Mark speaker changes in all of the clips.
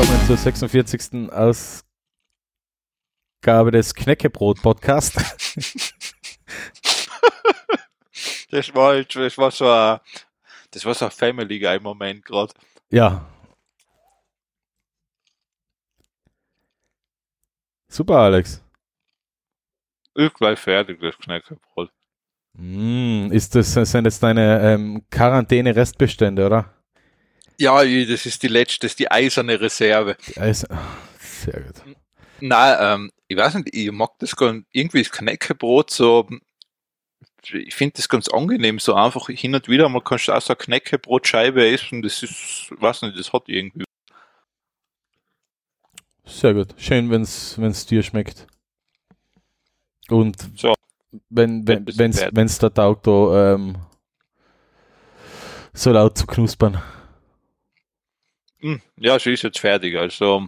Speaker 1: willkommen zur 46. Ausgabe des Knäckebrot-Podcast.
Speaker 2: Das war so ein Family Guy-Moment gerade.
Speaker 1: Ja. Super, Alex.
Speaker 2: Ist gleich fertig, das Knäckebrot.
Speaker 1: Sind jetzt deine Quarantäne-Restbestände, oder?
Speaker 2: Ja, das ist die eiserne Reserve.
Speaker 1: Sehr gut.
Speaker 2: Nein, ich weiß nicht, ich mag das irgendwie das Knäckebrot so, ich finde das ganz angenehm, so einfach hin und wieder mal kannst du auch so eine Knäckebrotscheibe essen, das ist, weiß nicht, das hat irgendwie.
Speaker 1: Sehr gut. Schön, wenn's dir schmeckt. Und
Speaker 2: So,
Speaker 1: wenn's da taugt, da so laut zu knuspern.
Speaker 2: Ja, sie ist jetzt fertig, also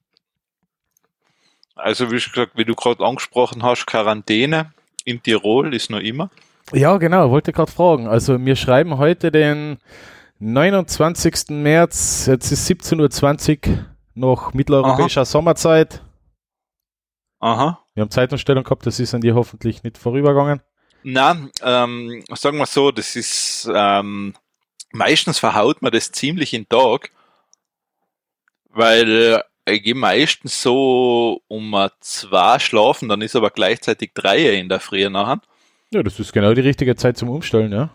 Speaker 2: wie gesagt, wie du gerade angesprochen hast, Quarantäne in Tirol ist noch immer.
Speaker 1: Ja, genau, wollte gerade fragen. Also wir schreiben heute den 29. März, jetzt ist 17:20 Uhr, noch mitteleuropäischer Sommerzeit.
Speaker 2: Aha.
Speaker 1: Wir haben Zeitumstellung gehabt, das ist an dir hoffentlich nicht vorübergegangen.
Speaker 2: Nein, sagen wir so, das ist meistens verhaut man das ziemlich in den Tag, weil ich gehe meistens so um 2 schlafen, dann ist aber gleichzeitig 3 in der Früh nachher.
Speaker 1: Ja, das ist genau die richtige Zeit zum Umstellen, ja.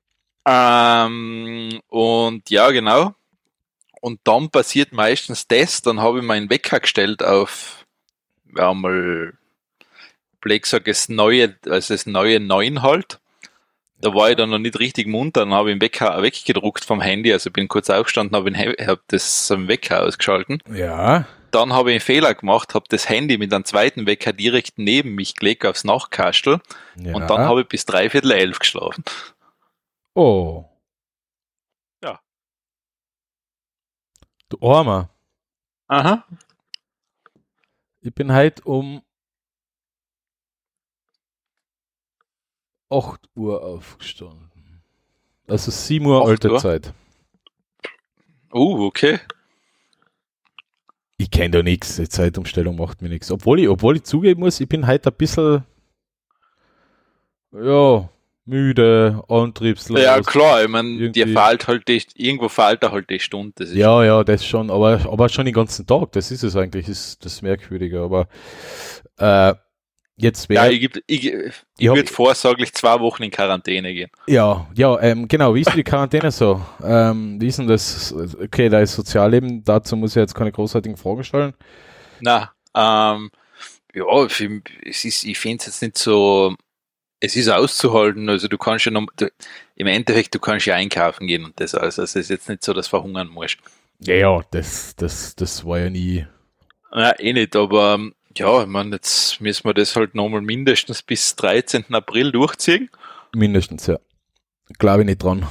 Speaker 2: Und ja, genau. Und dann passiert meistens das, dann habe ich meinen Wecker gestellt auf, ja mal, blöd gesagt, das neue 9 halt. Da war ich dann noch nicht richtig munter, dann habe ich den Wecker weggedruckt vom Handy, also bin kurz aufgestanden, habe das am Wecker ausgeschalten.
Speaker 1: Ja.
Speaker 2: Dann habe ich einen Fehler gemacht, habe das Handy mit einem zweiten Wecker direkt neben mich gelegt aufs Nachtkastel und dann habe ich bis 11:45 geschlafen.
Speaker 1: Oh.
Speaker 2: Ja.
Speaker 1: Du Armer.
Speaker 2: Aha.
Speaker 1: Ich bin heute um 8 Uhr aufgestanden. Also 7 Uhr alte Zeit.
Speaker 2: Okay.
Speaker 1: Ich kenne da nichts, die Zeitumstellung macht mir nichts. Obwohl ich zugeben muss, ich bin heute ein bisschen müde, antriebslos.
Speaker 2: Ja klar, ich meine, irgendwo fehlt da halt die Stunde. Das ist
Speaker 1: ja, das schon, aber schon den ganzen Tag, das ist es eigentlich, ist das Merkwürdige, aber jetzt wäre...
Speaker 2: Ja, ich würde vorsorglich 2 Wochen in Quarantäne gehen.
Speaker 1: Ja, genau, wie ist die Quarantäne so? Wie ist denn das? Okay, da ist Sozialleben, dazu muss ich jetzt keine großartigen Fragen stellen.
Speaker 2: Na, ich finde es jetzt nicht so, es ist auszuhalten, also du kannst ja im Endeffekt, du kannst ja einkaufen gehen und das alles, also es ist jetzt nicht so, dass du verhungern musst.
Speaker 1: Ja, das war ja nie...
Speaker 2: Ja, nicht, aber ja, ich meine, jetzt müssen wir das halt nochmal mindestens bis 13. April durchziehen.
Speaker 1: Mindestens, ja. Glaube ich nicht dran.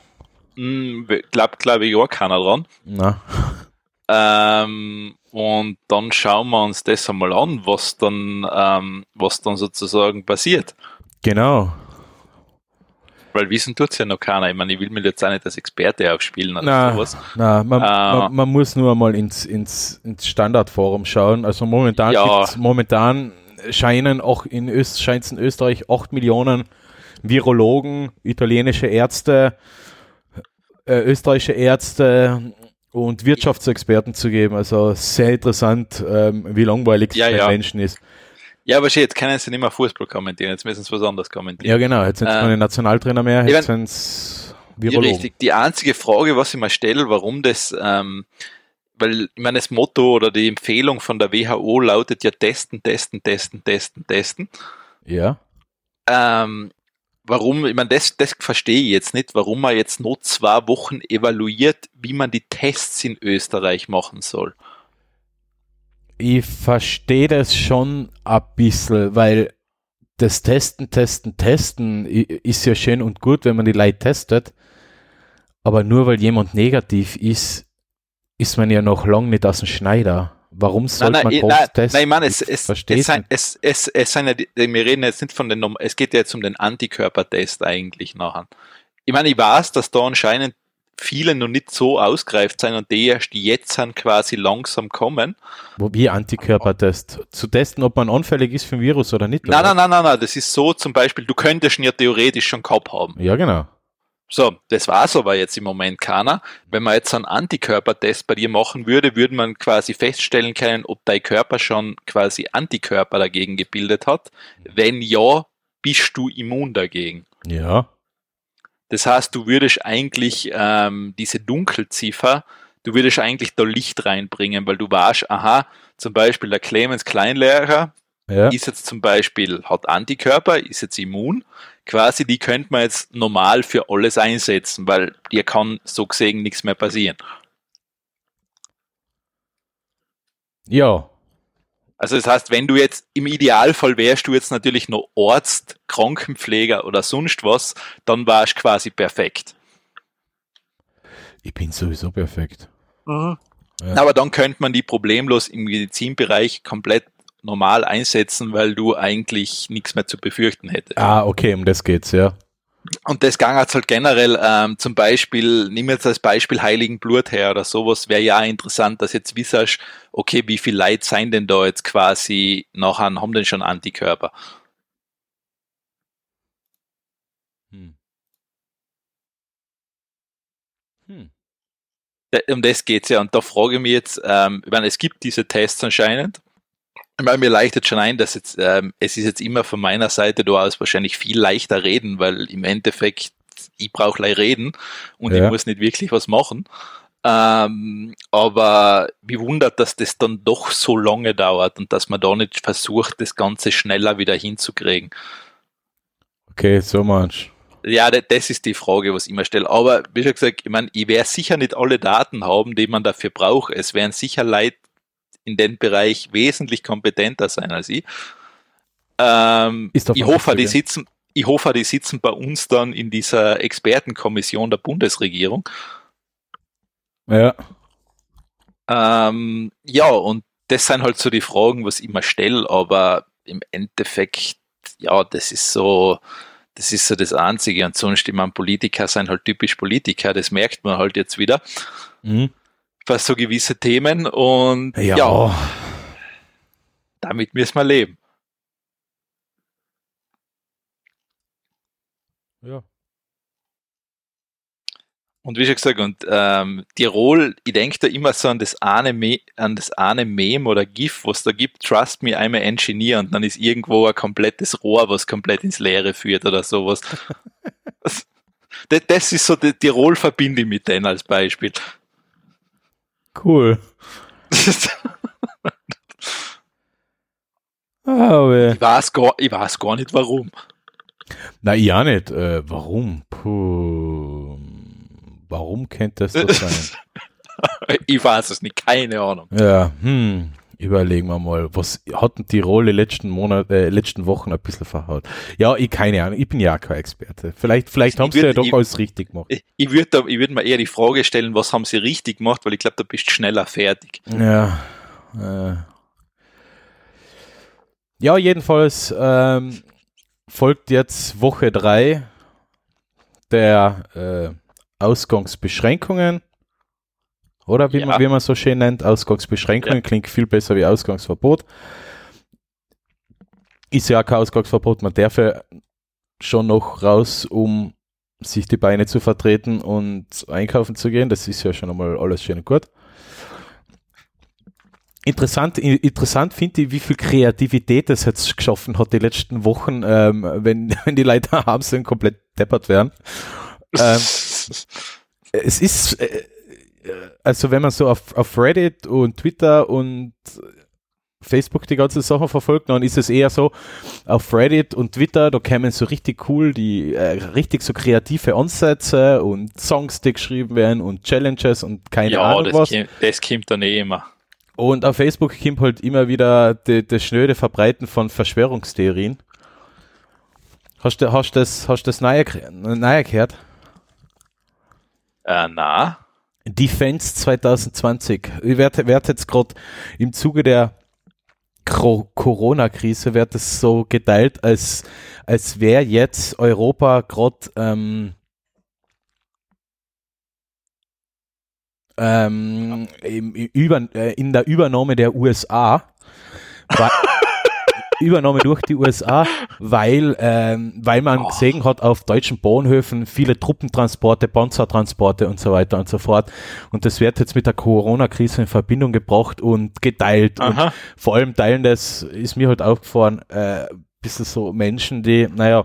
Speaker 2: Glaube ich auch keiner dran.
Speaker 1: Na.
Speaker 2: Und dann schauen wir uns das einmal an, was dann sozusagen passiert.
Speaker 1: Genau.
Speaker 2: Weil wissen tut's ja noch keiner. Ich meine, ich will mir jetzt auch nicht als Experte aufspielen oder sowas.
Speaker 1: Man muss nur einmal ins Standardforum schauen. Also momentan scheinen auch in Österreich 8 Millionen Virologen, italienische Ärzte, österreichische Ärzte und Wirtschaftsexperten zu geben. Also sehr interessant, wie langweilig es für Menschen ist.
Speaker 2: Ja, aber jetzt können sie nicht mehr Fußball kommentieren, jetzt müssen sie was anderes kommentieren.
Speaker 1: Ja, genau, jetzt sind es keine Nationaltrainer mehr, jetzt sind es Virologen.
Speaker 2: Richtig, die einzige Frage, was ich mir stelle, warum das, weil, ich meine, das Motto oder die Empfehlung von der WHO lautet ja testen.
Speaker 1: Ja.
Speaker 2: Warum, ich meine, das verstehe ich jetzt nicht, warum man jetzt noch 2 Wochen evaluiert, wie man die Tests in Österreich machen soll.
Speaker 1: Ich verstehe das schon ein bisschen, weil das Testen ist ja schön und gut, wenn man die Leute testet, aber nur weil jemand negativ ist, ist man ja noch lange nicht aus dem Schneider. Warum sollte man groß testen?
Speaker 2: Nein, ich meine, wir reden jetzt nicht von es geht ja jetzt um den Antikörpertest eigentlich nachher. Ich meine, ich weiß, dass da anscheinend viele noch nicht so ausgereift sind und die erst jetzt sind quasi langsam kommen.
Speaker 1: Wie Antikörpertest? Zu testen, ob man anfällig ist für ein Virus oder nicht?
Speaker 2: Nein, das ist so zum Beispiel, du könntest ihn ja theoretisch schon gehabt haben.
Speaker 1: Ja, genau.
Speaker 2: So, das war's aber jetzt im Moment keiner. Wenn man jetzt einen Antikörpertest bei dir machen würde, würde man quasi feststellen können, ob dein Körper schon quasi Antikörper dagegen gebildet hat. Wenn ja, bist du immun dagegen.
Speaker 1: Ja.
Speaker 2: Das heißt, du würdest eigentlich diese Dunkelziffer, du würdest eigentlich da Licht reinbringen, weil du weißt, aha, zum Beispiel der Clemens Kleinlehrer ist jetzt zum Beispiel, hat Antikörper, ist jetzt immun. Quasi, die könnte man jetzt normal für alles einsetzen, weil dir kann so gesehen nichts mehr passieren.
Speaker 1: Ja.
Speaker 2: Also das heißt, wenn du jetzt, im Idealfall wärst du jetzt natürlich noch Arzt, Krankenpfleger oder sonst was, dann warst du quasi perfekt.
Speaker 1: Ich bin sowieso perfekt.
Speaker 2: Mhm. Ja. Aber dann könnte man die problemlos im Medizinbereich komplett normal einsetzen, weil du eigentlich nichts mehr zu befürchten hättest.
Speaker 1: Ah, okay, um das geht's, ja.
Speaker 2: Und das ging jetzt halt generell, zum Beispiel, nimm jetzt als Beispiel Heiligen Blut her oder sowas, wäre ja interessant, dass jetzt wissest, okay, wie viel Leute sind denn da jetzt quasi nachher, haben denn schon Antikörper? Um das geht's ja, und da frage ich mich jetzt, ich meine, es gibt diese Tests anscheinend. Ich meine, mir leuchtet schon ein, dass jetzt, es ist jetzt immer von meiner Seite da aus wahrscheinlich viel leichter reden, weil im Endeffekt, ich brauche gleich reden und ich muss nicht wirklich was machen. Aber wie wundert, dass das dann doch so lange dauert und dass man da nicht versucht, das Ganze schneller wieder hinzukriegen.
Speaker 1: Okay, so manch.
Speaker 2: Ja, das ist die Frage, was ich immer stelle. Aber wie schon gesagt, ich meine, ich werde sicher nicht alle Daten haben, die man dafür braucht. Es werden sicher Leute in dem Bereich wesentlich kompetenter sein als ich. Ich hoffe, die sitzen bei uns dann in dieser Expertenkommission der Bundesregierung.
Speaker 1: Ja.
Speaker 2: Ja, und das sind halt so die Fragen, was ich mir stelle, aber im Endeffekt, ja, das ist so das Einzige. Und sonst, ich meine, Politiker sind halt typisch Politiker, das merkt man halt jetzt wieder. Mhm. Für so gewisse Themen und ja, damit müssen wir leben.
Speaker 1: Ja.
Speaker 2: Und wie schon gesagt, und Tirol, ich denke da immer so an das eine Meme oder GIF, was da gibt, Trust me, I'm an engineer, und dann ist irgendwo ein komplettes Rohr, was komplett ins Leere führt oder sowas. Das ist so, Tirol verbinde ich mit denen als Beispiel.
Speaker 1: Cool.
Speaker 2: Ich weiß gar nicht, warum.
Speaker 1: Na, ich auch nicht. Warum? Puh. Warum könnte das so sein?
Speaker 2: Ich weiß es nicht, keine Ahnung.
Speaker 1: Ja, überlegen wir mal. Was hatten Tirol die letzten Wochen ein bisschen verhaut? Ja, keine Ahnung. Ich bin ja kein Experte. Vielleicht haben sie ja doch alles richtig gemacht.
Speaker 2: Ich würde mir eher die Frage stellen, was haben sie richtig gemacht, weil ich glaube, da bist du schneller fertig.
Speaker 1: Ja. Ja, jedenfalls folgt jetzt Woche 3 der Ausgangsbeschränkungen. Oder wie man so schön nennt, Ausgangsbeschränkungen, klingt viel besser wie Ausgangsverbot. Ist ja kein Ausgangsverbot, man darf ja schon noch raus, um sich die Beine zu vertreten und einkaufen zu gehen. Das ist ja schon einmal alles schön und gut. Interessant finde ich, wie viel Kreativität es jetzt geschaffen hat die letzten Wochen, wenn die Leute daheim sind, komplett deppert werden. Es ist, also wenn man so auf Reddit und Twitter und Facebook die ganzen Sachen verfolgt, dann ist es eher so, auf Reddit und Twitter, da kämen so richtig cool die richtig so kreative Ansätze und Songs, die geschrieben werden und Challenges und keine Ahnung was.
Speaker 2: Ja, das kommt dann eh immer.
Speaker 1: Und auf Facebook kommt halt immer wieder das schnöde Verbreiten von Verschwörungstheorien. Hast du das neu gehört?
Speaker 2: Na.
Speaker 1: Defense 2020. Ich werde jetzt gerade im Zuge der Corona-Krise wird es so geteilt, als wäre jetzt Europa gerade in der Übernahme der USA, Übernahme durch die USA, weil man gesehen hat auf deutschen Bahnhöfen viele Truppentransporte, Panzertransporte und so weiter und so fort. Und das wird jetzt mit der Corona-Krise in Verbindung gebracht und geteilt. Aha. Und vor allem teilen, das ist mir halt aufgefallen, bisschen so Menschen, die,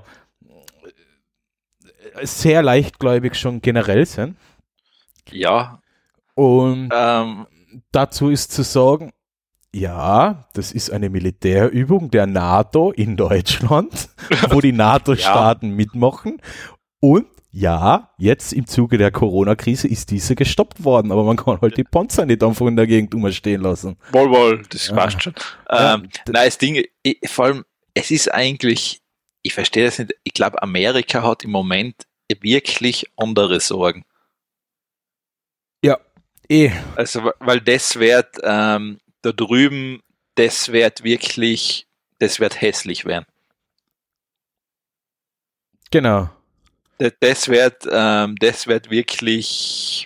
Speaker 1: sehr leichtgläubig schon generell sind.
Speaker 2: Ja.
Speaker 1: Und dazu ist zu sagen, ja, das ist eine Militärübung der NATO in Deutschland, wo die NATO-Staaten mitmachen. Und ja, jetzt im Zuge der Corona-Krise ist diese gestoppt worden, aber man kann halt die Panzer nicht einfach in der Gegend umstehen lassen.
Speaker 2: Wohl, das passt schon. Nein, das Ding, vor allem, es ist eigentlich, ich verstehe das nicht, ich glaube, Amerika hat im Moment wirklich andere Sorgen.
Speaker 1: Ja,
Speaker 2: Also, weil das wird da drüben, das wird hässlich werden.
Speaker 1: Genau.
Speaker 2: Das wird wirklich,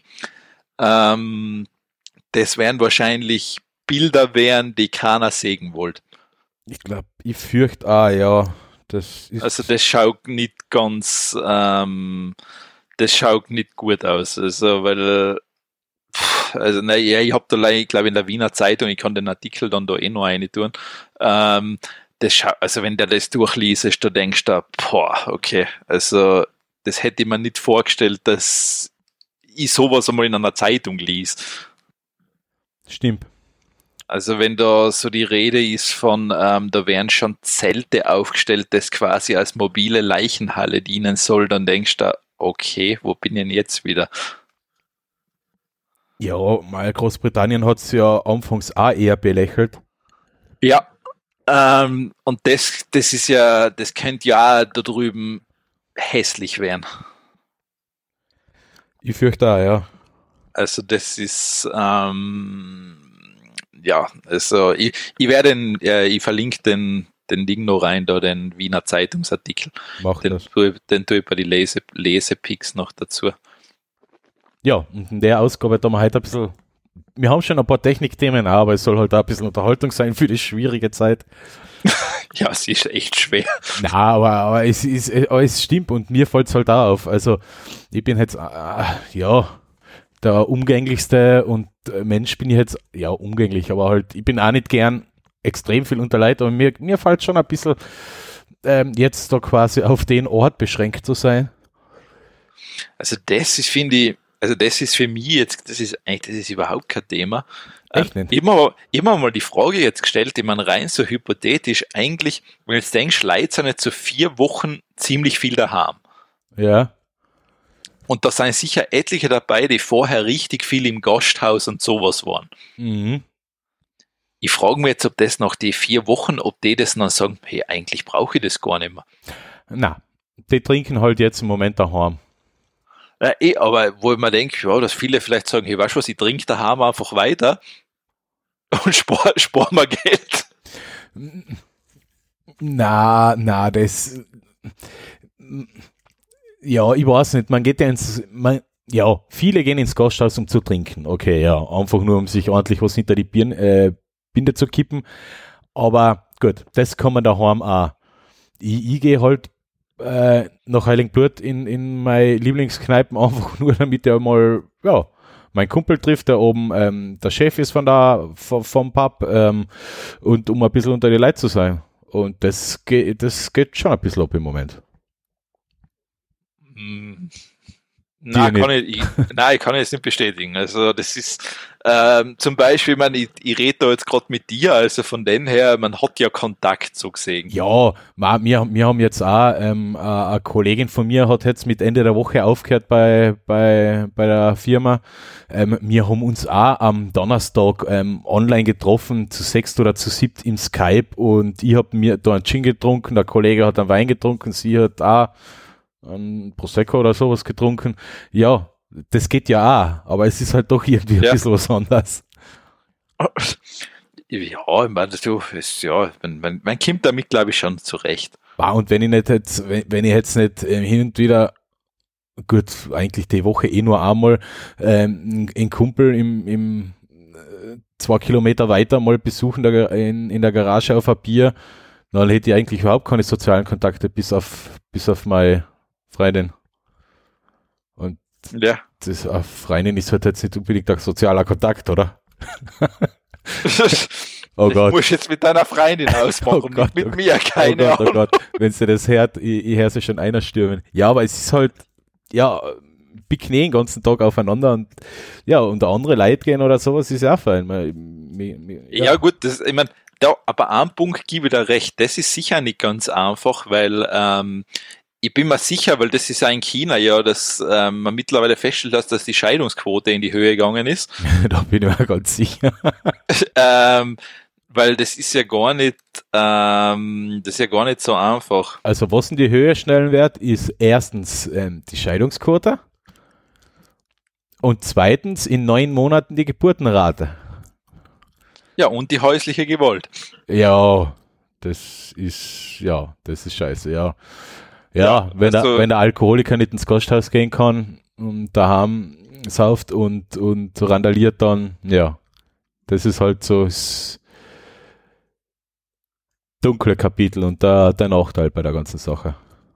Speaker 2: das werden wahrscheinlich Bilder werden, die keiner sehen wollte.
Speaker 1: Ich glaube, ich fürchte, ja.
Speaker 2: Das schaut nicht ganz, das schaut nicht gut aus. Also, weil, ich habe da, ich glaube, in der Wiener Zeitung, ich kann den Artikel dann da noch rein tun, also wenn der das durchliest, da denkst du, okay, also das hätte ich mir nicht vorgestellt, dass ich sowas einmal in einer Zeitung lies.
Speaker 1: Stimmt.
Speaker 2: Also wenn da so die Rede ist von, da werden schon Zelte aufgestellt, das quasi als mobile Leichenhalle dienen soll, dann denkst du, okay, wo bin ich denn jetzt wieder?
Speaker 1: Ja, mal Großbritannien hat es ja anfangs auch eher belächelt.
Speaker 2: Ja, und das ist ja, das könnte ja da drüben hässlich werden.
Speaker 1: Ich fürchte auch, ja.
Speaker 2: Also das ist, also ich verlinke den Ding noch rein, da den Wiener Zeitungsartikel. Den tue ich bei die Lesepicks noch dazu.
Speaker 1: Ja, und in der Ausgabe da haben wir heute ein bisschen, wir haben schon ein paar Technikthemen, aber es soll halt auch ein bisschen Unterhaltung sein für die schwierige Zeit.
Speaker 2: Ja, es ist echt schwer.
Speaker 1: Na, aber es stimmt und mir fällt es halt auch auf. Also ich bin jetzt, der umgänglichste und Mensch bin ich jetzt, ja, umgänglich, aber halt, ich bin auch nicht gern extrem viel unter Leid, aber mir fällt schon ein bisschen jetzt da quasi auf den Ort beschränkt zu sein.
Speaker 2: Also das ist, finde ich, das ist für mich jetzt, das ist überhaupt kein Thema.
Speaker 1: Echt nicht?
Speaker 2: Immer mal die Frage jetzt gestellt, die man rein so hypothetisch eigentlich, wenn du jetzt denkst, Leute sind jetzt so 4 Wochen ziemlich viel daheim.
Speaker 1: Ja.
Speaker 2: Und da sind sicher etliche dabei, die vorher richtig viel im Gasthaus und sowas waren.
Speaker 1: Mhm.
Speaker 2: Ich frage mich jetzt, ob das nach die 4 Wochen, ob die das dann sagen, hey, eigentlich brauche ich das gar nicht mehr.
Speaker 1: Na, die trinken halt jetzt im Moment daheim.
Speaker 2: Aber wo ich mir denke, ja, dass viele vielleicht sagen, hey, weißt du was, ich trinke daheim einfach weiter und spar mal Geld.
Speaker 1: Na, das, ja, ich weiß nicht, man geht ja viele gehen ins Gasthaus, um zu trinken, okay, ja, einfach nur, um sich ordentlich was hinter die Binde zu kippen, aber gut, das kann man daheim auch. Ich gehe halt nach Heiligenblut in meine Lieblingskneipen einfach nur, damit er mal, ja, mein Kumpel trifft, der oben der Chef ist vom Pub und um ein bisschen unter die Leute zu sein. Und das geht schon ein bisschen ab im Moment.
Speaker 2: Nein, ich kann es nicht bestätigen. Also das ist zum Beispiel, ich rede da jetzt gerade mit dir, also von dem her, man hat ja Kontakt so gesehen.
Speaker 1: Ja, wir haben jetzt auch, eine Kollegin von mir hat jetzt mit Ende der Woche aufgehört bei der Firma. Wir haben uns auch am Donnerstag online getroffen, zu 6 oder zu 7 im Skype und ich habe mir da einen Gin getrunken, der Kollege hat einen Wein getrunken, sie hat auch ein Prosecco oder sowas getrunken. Ja, das geht ja auch, aber es ist halt doch irgendwie ein bisschen was anderes.
Speaker 2: Ja, ich meine, man kommt damit, glaube ich, schon zurecht.
Speaker 1: Und wenn ich jetzt nicht hin und wieder gut, eigentlich die Woche nur einmal einen Kumpel im 2 Kilometer weiter mal besuchen in der Garage auf ein Bier. Dann hätte ich eigentlich überhaupt keine sozialen Kontakte bis auf meine Freundin. Und
Speaker 2: ja.
Speaker 1: Das Freundin ist halt jetzt nicht unbedingt ein sozialer Kontakt, oder?
Speaker 2: Oh Gott. Du musst jetzt mit deiner Freundin ausmachen, oh Gott, nicht mit mir, keine Ahnung. Oh Gott.
Speaker 1: Wenn sie das hört, ich höre sie schon einer stürmen. Ja, aber es ist halt, ja, beknien den ganzen Tag aufeinander und ja, unter andere Leute gehen oder sowas ist ja auch fein.
Speaker 2: Ja gut, ich meine, aber einen Punkt gebe ich da recht, das ist sicher nicht ganz einfach, weil ich bin mir sicher, weil das ist ja in China ja, dass man mittlerweile feststellt, dass die Scheidungsquote in die Höhe gegangen ist.
Speaker 1: Da bin ich mir ganz sicher.
Speaker 2: Weil das ist ja gar nicht so einfach.
Speaker 1: Also was in die Höhe schnellen wird, ist erstens die Scheidungsquote und zweitens in 9 Monaten die Geburtenrate.
Speaker 2: Ja, und die häusliche Gewalt.
Speaker 1: Ja, das ist scheiße, ja. Ja, wenn der Alkoholiker nicht ins Gasthaus gehen kann und daheim sauft und randaliert, dann, ja, das ist halt so das dunkle Kapitel und der Nachteil bei der ganzen Sache.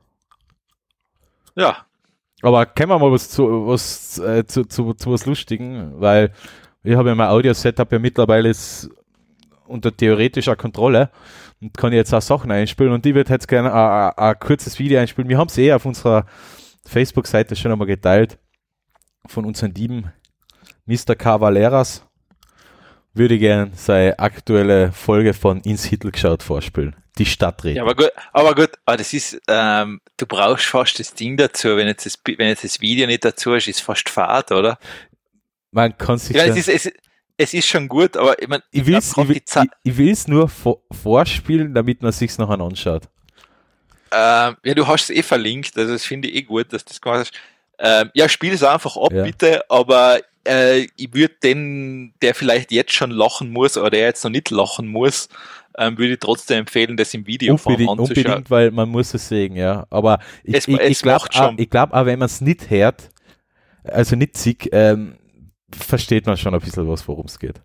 Speaker 2: Ja.
Speaker 1: Aber können wir mal zu was Lustigen, weil ich habe ja mein Audio-Setup ja mittlerweile unter theoretischer Kontrolle und kann jetzt auch Sachen einspielen und ich würde jetzt gerne ein kurzes Video einspielen. Wir haben es auf unserer Facebook-Seite schon einmal geteilt von unseren lieben Mr. Cavaleras. Würde gerne seine aktuelle Folge von Ins Hittel geschaut vorspielen. Die Stadträte.
Speaker 2: Ja, aber gut, das ist, du brauchst fast das Ding dazu, wenn jetzt das Video nicht dazu ist fast Fahrt, oder?
Speaker 1: Man kann sich
Speaker 2: es ist schon gut, aber ich meine,
Speaker 1: ich will es nur vorspielen, damit man sich's nachher anschaut.
Speaker 2: Ja, du hast es verlinkt, also das finde ich gut, dass das gemacht hast. Ja, spiel es einfach ab, bitte, aber ich würde den, der vielleicht jetzt schon lachen muss oder der jetzt noch nicht lachen muss, würde ich trotzdem empfehlen, das im Video anzuschauen.
Speaker 1: Unbedingt, weil man muss es sehen, ja. Aber ich glaube auch, wenn man es nicht hört, also nicht sieht, versteht man schon ein bisschen was, worum es geht.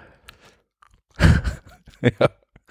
Speaker 3: Ja.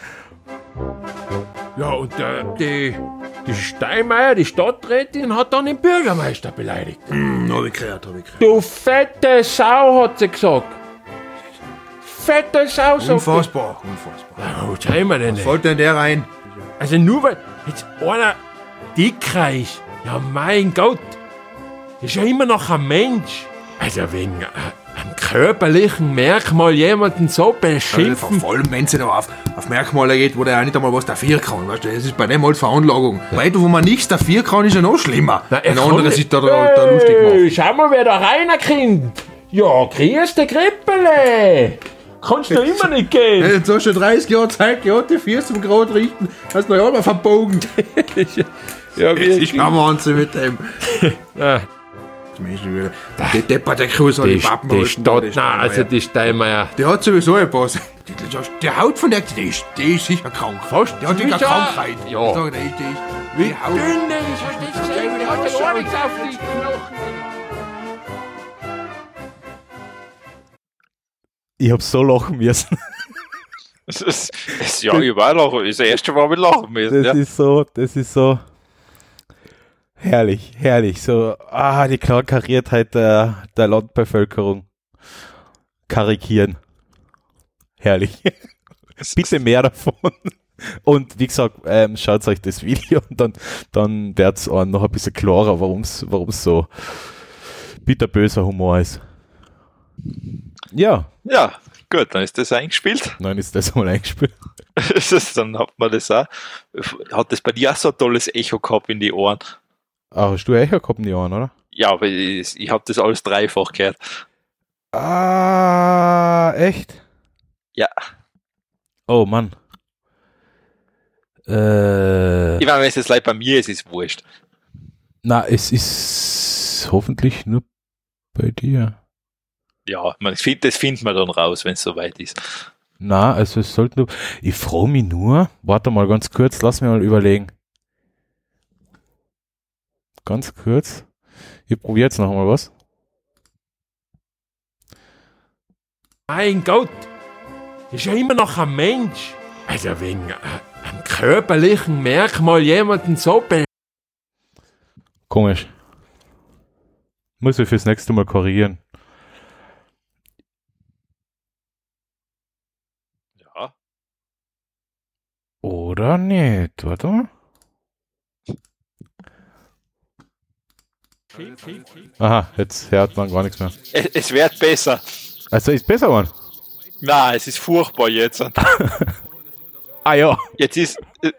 Speaker 3: Ja, und die Steinmeier, die Stadträtin, hat dann den Bürgermeister beleidigt.
Speaker 4: Hab ich gehört.
Speaker 3: Du fette Sau, hat sie gesagt. Fette Sau, sagt
Speaker 4: Unfassbar.
Speaker 3: Ja, wo sind wir denn?
Speaker 4: Was fällt denn der rein?
Speaker 3: Also nur weil jetzt einer dicker ist, ja mein Gott, ist ja immer noch ein Mensch. Also wegen einem körperlichen Merkmal jemanden so beschimpfen.
Speaker 4: Also vor allem, wenn es noch auf Merkmale geht, wo der auch nicht einmal was dafür kann. Weißt du, das ist bei dem halt Veranlagung. Weil wo man nichts dafür kann, ist ja noch schlimmer. Wenn andere sich da lustig machen.
Speaker 3: Schau mal, wer da reinkommt. Ja, kriegst du Grippele. Kannst du immer nicht gehen.
Speaker 4: Jetzt hast du schon 30 Jahre Zeit gehabt, die Füße zum Grad richten. Hast du noch einmal verbogen.
Speaker 3: Ja,
Speaker 4: ich kann mal anziehen mit dem.
Speaker 3: Ja.
Speaker 4: Die depperte Kuh soll die Pappen
Speaker 3: halten. Also die Steinmeier.
Speaker 4: Die hat sowieso etwas. Die Haut von der, die ist sicher krank.
Speaker 3: Fast.
Speaker 4: Die hat eine Krankheit.
Speaker 3: Ja.
Speaker 4: Ich sage,
Speaker 3: wie Haut. Dünn ist, hast du nicht gesehen? Die hat gar nichts auf die Knochen.
Speaker 1: Ich hab so lachen müssen.
Speaker 2: Ja, ich war lachen. Das erste Mal mit lachen müssen.
Speaker 1: Das ist so herrlich. So, die Klarkariertheit der Landbevölkerung karikieren. Herrlich. Bitte mehr davon. Und wie gesagt, schaut euch das Video und dann wird es noch ein bisschen klarer, warum es so bitterböser Humor ist. Ja.
Speaker 2: Ja, gut, dann ist das eingespielt.
Speaker 1: Dann ist das mal eingespielt.
Speaker 2: Dann hat man das auch. Hat das bei dir auch so ein tolles Echo gehabt in die Ohren?
Speaker 1: Ah, hast du Echo gehabt in die Ohren, oder?
Speaker 2: Ja, aber ich habe das alles dreifach gehört.
Speaker 1: Ah, echt?
Speaker 2: Ja.
Speaker 1: Oh, Mann.
Speaker 2: Ich meine, wenn es jetzt leid bei mir ist, ist es wurscht.
Speaker 1: Na, es ist hoffentlich nur bei dir.
Speaker 2: Ja, das findet man dann raus, wenn es soweit ist.
Speaker 1: Na, also es sollte nur. Ich frage mich nur, warte mal ganz kurz, lass mich mal überlegen. Ganz kurz. Ich probiere jetzt noch mal was.
Speaker 3: Mein Gott, ist ja immer noch ein Mensch. Also wegen einem körperlichen Merkmal jemanden so
Speaker 1: Komisch. Muss ich fürs nächste Mal korrigieren.
Speaker 2: Ja.
Speaker 1: Oder nicht? Warte mal. Aha, jetzt hört man gar nichts mehr.
Speaker 2: Es wird besser.
Speaker 1: Also ist besser, Mann.
Speaker 2: Nein, es ist furchtbar jetzt.
Speaker 1: Ah ja.
Speaker 2: Jetzt ist...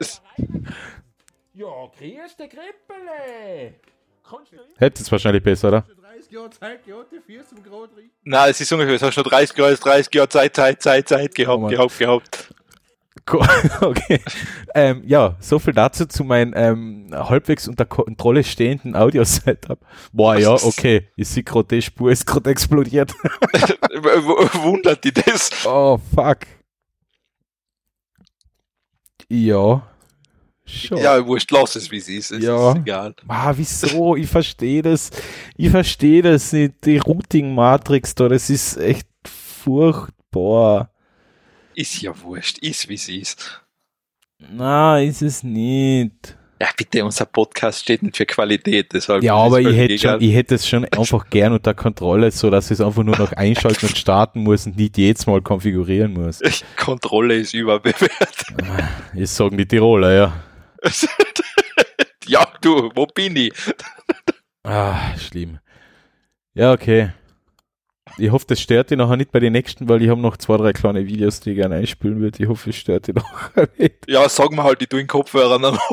Speaker 3: Ja, kriegst du Krippele.
Speaker 1: Jetzt ist es wahrscheinlich besser, oder?
Speaker 4: 30 Jahre Zeit gehabt, die Füße zum Grad rein.
Speaker 2: Nein, es ist ungefähr, es hast schon 30 Jahre Zeit gehabt.
Speaker 1: Okay. Ja, so viel dazu zu meinem halbwegs unter Kontrolle stehenden Audio-Setup. Boah, ja, okay. Ich sehe gerade, die Spur ist gerade explodiert.
Speaker 2: Wundert die das?
Speaker 1: Oh, fuck. Ja. Schon.
Speaker 2: Ja, wurscht, lass es, wie es ist. Es
Speaker 1: Ja.
Speaker 2: ist egal.
Speaker 1: Ah, wieso? Ich verstehe das. Ich verstehe das nicht. Die Routing-Matrix da, das ist echt furchtbar.
Speaker 2: Ist ja wurscht, ist wie es ist.
Speaker 1: Na, ist es nicht.
Speaker 2: Ja, bitte, unser Podcast steht nicht für Qualität, deshalb.
Speaker 1: Ja,
Speaker 2: ist es
Speaker 1: aber ich
Speaker 2: völlig
Speaker 1: hätte es schon einfach gern unter Kontrolle, so dass ich es einfach nur noch einschalten und starten muss und nicht jedes Mal konfigurieren muss.
Speaker 2: Kontrolle ist überbewertet.
Speaker 1: Jetzt sagen die Tiroler, ja.
Speaker 2: Ja, du, wo bin ich?
Speaker 1: Ah, schlimm. Ja, okay. Ich hoffe, das stört dich nachher nicht bei den nächsten, weil ich habe noch 2, 3 kleine Videos, die ich gerne einspielen würde. Ich hoffe, es stört dich nachher nicht.
Speaker 2: Ja, sag mal halt, ich tue in Kopfhörern an.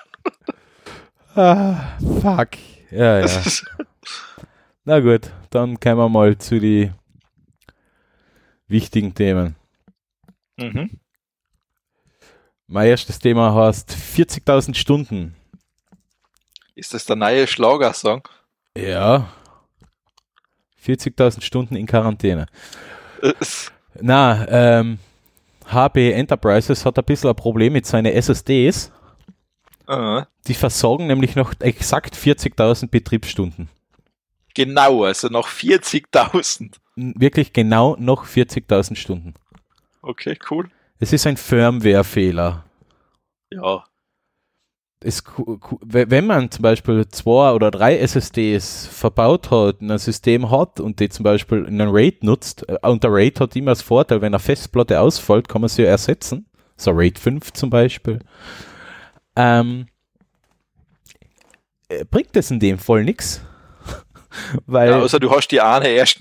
Speaker 1: Ah, fuck. Ja, ja. Na gut, dann kommen wir mal zu den wichtigen Themen.
Speaker 2: Mhm.
Speaker 1: Mein erstes Thema heißt 40.000 Stunden.
Speaker 2: Ist das der neue Schlagersong?
Speaker 1: Ja. 40.000 Stunden in Quarantäne. Na, HB Enterprises hat ein bisschen ein Problem mit seinen SSDs. Die versorgen nämlich noch exakt 40.000 Betriebsstunden.
Speaker 2: Genau, also noch 40.000.
Speaker 1: Wirklich genau noch 40.000 Stunden.
Speaker 2: Okay, cool.
Speaker 1: Es ist ein Firmware-Fehler.
Speaker 2: Ja.
Speaker 1: Wenn man zum Beispiel 2 oder 3 SSDs verbaut hat, in ein System hat und die zum Beispiel in einem RAID nutzt, und der RAID hat immer das Vorteil, wenn eine Festplatte ausfällt, kann man sie ja ersetzen. So RAID 5 zum Beispiel. Bringt das in dem Fall nichts. Weil,
Speaker 2: ja, also du hast die eine erst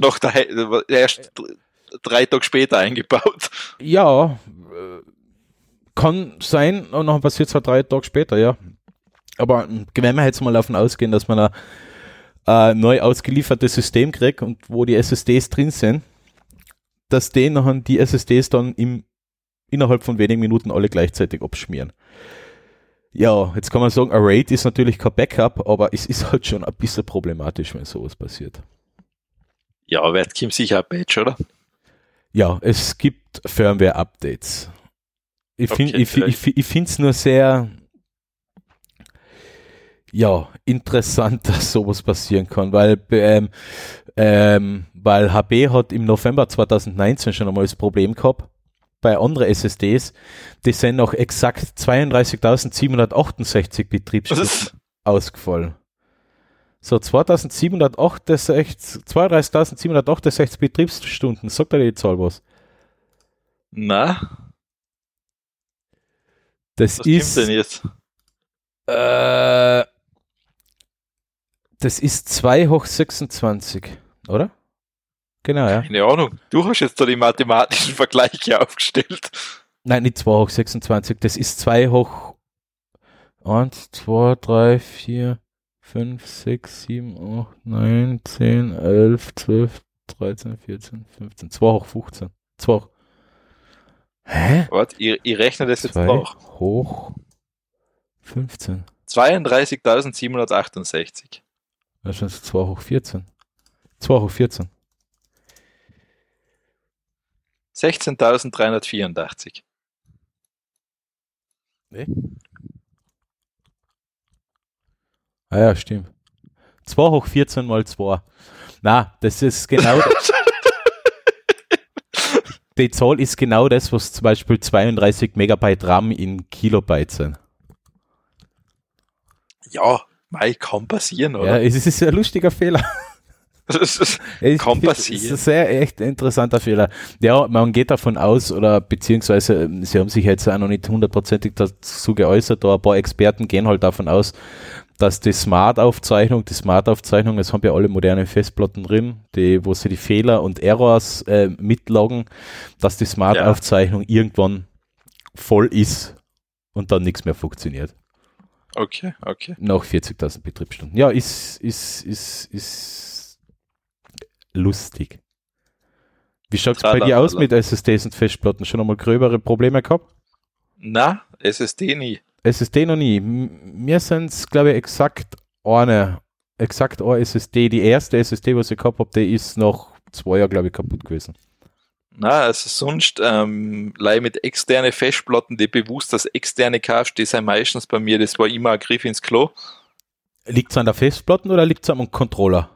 Speaker 2: 3 Tage später eingebaut.
Speaker 1: Ja, kann sein, und dann passiert es halt 3 Tage später, ja. Aber wenn wir jetzt mal davon ausgehen, dass man ein neu ausgeliefertes System kriegt und wo die SSDs drin sind, dass die SSDs dann innerhalb von wenigen Minuten alle gleichzeitig abschmieren. Ja, jetzt kann man sagen, ein RAID ist natürlich kein Backup, aber es ist halt schon ein bisschen problematisch, wenn sowas passiert.
Speaker 2: Ja, wird Kim sicher ein Patch, oder?
Speaker 1: Ja, es gibt Firmware-Updates. Ich finde es nur sehr interessant, dass sowas passieren kann, weil HB hat im November 2019 schon einmal das Problem gehabt, bei anderen SSDs, die sind noch exakt 32.768 Betriebsstunden ausgefallen. So, 32.768 Betriebsstunden, sagt er die Zahl was?
Speaker 2: Na?
Speaker 1: Was ist
Speaker 2: denn jetzt?
Speaker 1: Das ist 2 hoch 26, oder? Genau, ja.
Speaker 2: Keine Ahnung. Du hast jetzt da die mathematischen Vergleiche aufgestellt.
Speaker 1: Nein, nicht 2 hoch 26, das ist 2 hoch 1, 2, 3, 4, 5, 6, 7, 8, 9, 10, 11, 12, 13, 14, 15, 2 hoch 15. 2 hoch. Hä?
Speaker 2: Warte, ich rechne das jetzt
Speaker 1: 2
Speaker 2: nach.
Speaker 1: hoch 15.
Speaker 2: 32.768.
Speaker 1: Das ist 2 hoch 14. 2 hoch 14.
Speaker 2: 16.384.
Speaker 1: Nee? Ah ja, stimmt. 2 hoch 14 mal 2. Na, das ist genau... Die Zahl ist genau das, was zum Beispiel 32 Megabyte RAM in Kilobyte sind.
Speaker 2: Ja, kann passieren, oder?
Speaker 1: Ja, es ist ein lustiger Fehler.
Speaker 2: Kann passieren.
Speaker 1: Es ist ein sehr echt interessanter Fehler. Ja, man geht davon aus, oder beziehungsweise sie haben sich jetzt auch noch nicht hundertprozentig dazu geäußert, aber ein paar Experten gehen halt davon aus, dass die Smart-Aufzeichnung, es haben ja alle modernen Festplatten drin, wo sie die Fehler und Errors mitloggen, dass die Smart-Aufzeichnung irgendwann voll ist und dann nichts mehr funktioniert.
Speaker 2: Okay.
Speaker 1: Nach 40.000 Betriebsstunden. Ja, ist lustig. Wie schaut es bei dir aus mit SSDs und Festplatten? Schon einmal gröbere Probleme gehabt?
Speaker 2: Na, SSD nie.
Speaker 1: SSD noch nie. Mir sind es, glaube ich, exakt eine SSD. Die erste SSD, was ich gehabt habe, die ist nach 2 Jahren, glaube ich, kaputt gewesen.
Speaker 2: Na, also sonst leih mit externe Festplatten, die bewusst das externe kaufst, die sind meistens bei mir, das war immer ein Griff ins Klo.
Speaker 1: Liegt es an der Festplatten oder liegt es am Controller?